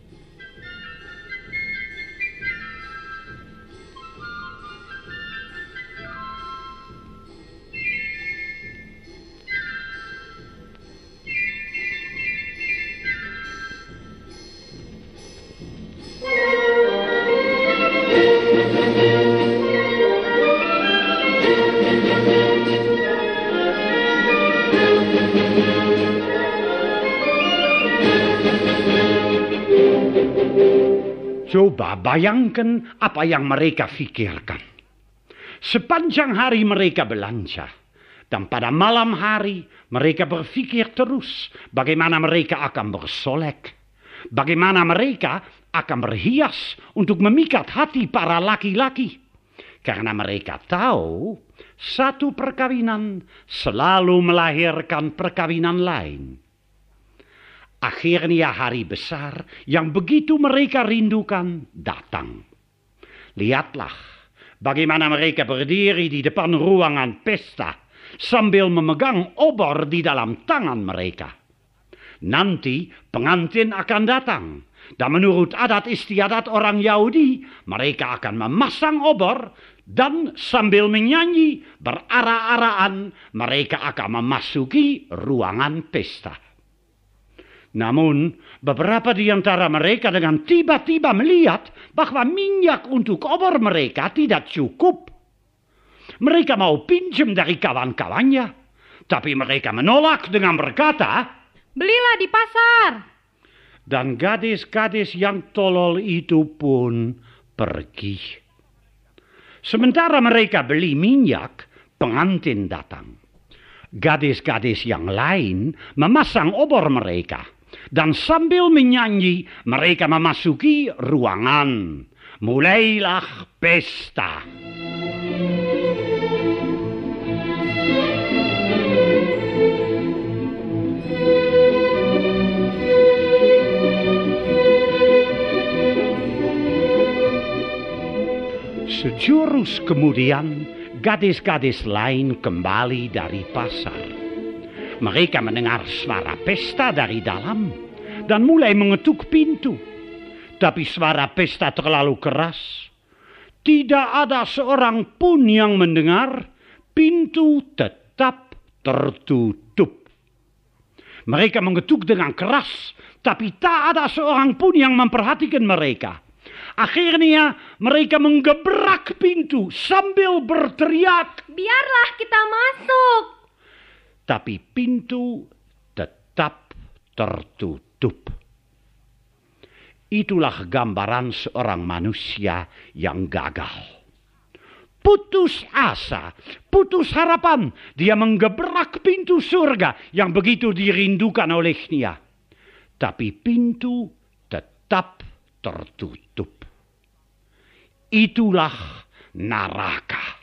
Coba bayangkan apa yang mereka pikirkan. Sepanjang hari mereka belanja. Dan pada malam hari mereka berpikir terus bagaimana mereka akan bersolek. Bagaimana mereka akan berhias untuk memikat hati para laki-laki. Karena mereka tahu satu perkawinan selalu melahirkan perkawinan lain. Akhirnya hari besar yang begitu mereka rindukan datang. Lihatlah bagaimana mereka berdiri di depan ruangan pesta sambil memegang obor di dalam tangan mereka. Nanti pengantin akan datang. Dan menurut adat istiadat orang Yahudi, mereka akan memasang obor dan sambil menyanyi berara-araan mereka akan memasuki ruangan pesta. Namun, beberapa di antara mereka dengan tiba-tiba melihat bahwa minyak untuk obor mereka tidak cukup. Mereka mau pinjam dari kawan-kawannya, tapi mereka menolak dengan berkata, "Belilah di pasar." Dan gadis-gadis yang tolol itu pun pergi. Sementara mereka beli minyak, pengantin datang. Gadis-gadis yang lain memasang obor mereka. Dan sambil menyanyi, mereka memasuki ruangan. Mulailah pesta. Sejurus kemudian, gadis-gadis lain kembali dari pasar. Mereka mendengar suara pesta dari dalam dan mulai mengetuk pintu. Tapi suara pesta terlalu keras. Tidak ada seorang pun yang mendengar. Pintu tetap tertutup. Mereka mengetuk dengan keras, tapi tak ada seorang pun yang memperhatikan mereka. Akhirnya mereka menggebrak pintu sambil berteriak, "Biarlah kita masuk." Tapi pintu tetap tertutup. Itulah gambaran seorang manusia yang gagal. Putus asa, putus harapan. Dia menggebrak pintu surga yang begitu dirindukan olehnya. tapi pintu tetap tertutup. Itulah neraka.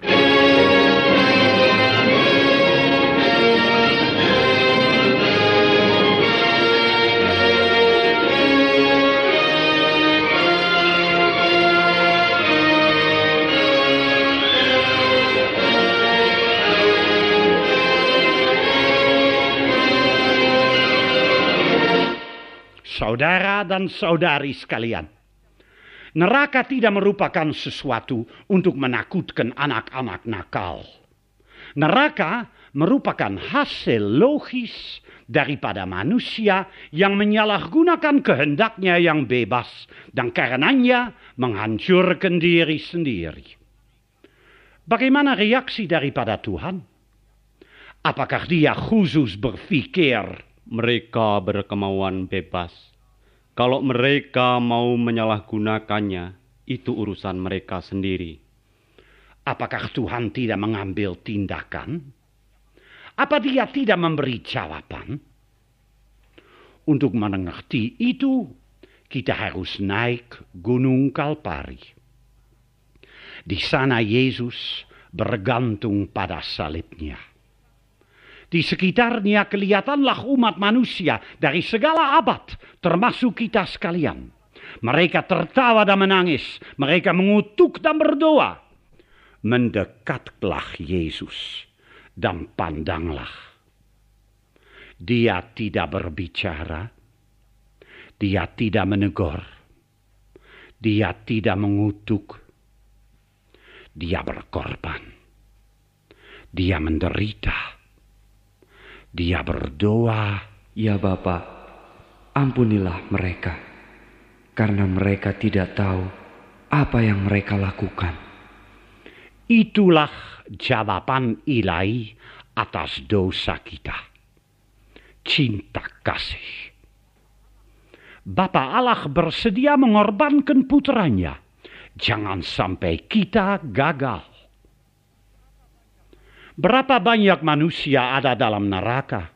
Saudara dan saudari sekalian, neraka tidak merupakan sesuatu untuk menakutkan anak-anak nakal. Neraka merupakan hasil logis daripada manusia yang menyalahgunakan kehendaknya yang bebas dan karenanya menghancurkan diri sendiri. Bagaimana reaksi daripada Tuhan? Apakah dia khusus berpikir, mereka berkemauan bebas. Kalau mereka mau menyalahgunakannya, itu urusan mereka sendiri. Apakah Tuhan tidak mengambil tindakan? Apa dia tidak memberi jawaban? Untuk mengerti itu, kita harus naik Gunung Kalpari. Di sana Yesus bergantung pada salibnya. Di sekitarnya kelihatanlah umat manusia dari segala abad, termasuk kita sekalian. Mereka tertawa dan menangis, mereka mengutuk dan berdoa. Mendekatlah Yesus dan pandanglah. Dia tidak berbicara, dia tidak menegur, dia tidak mengutuk, dia berkorban, dia menderita. Dia berdoa, "Ya Bapa, ampunilah mereka, karena mereka tidak tahu apa yang mereka lakukan." Itulah jawaban ilahi atas dosa kita. Cinta kasih. Bapa Allah bersedia mengorbankan putranya. Jangan sampai kita gagal. Berapa banyak manusia ada dalam neraka?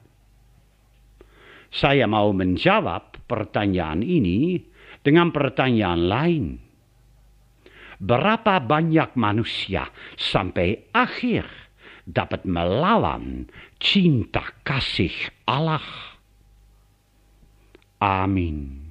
Saya mau menjawab pertanyaan ini dengan pertanyaan lain. Berapa banyak manusia sampai akhir dapat melawan cinta kasih Allah? Amin.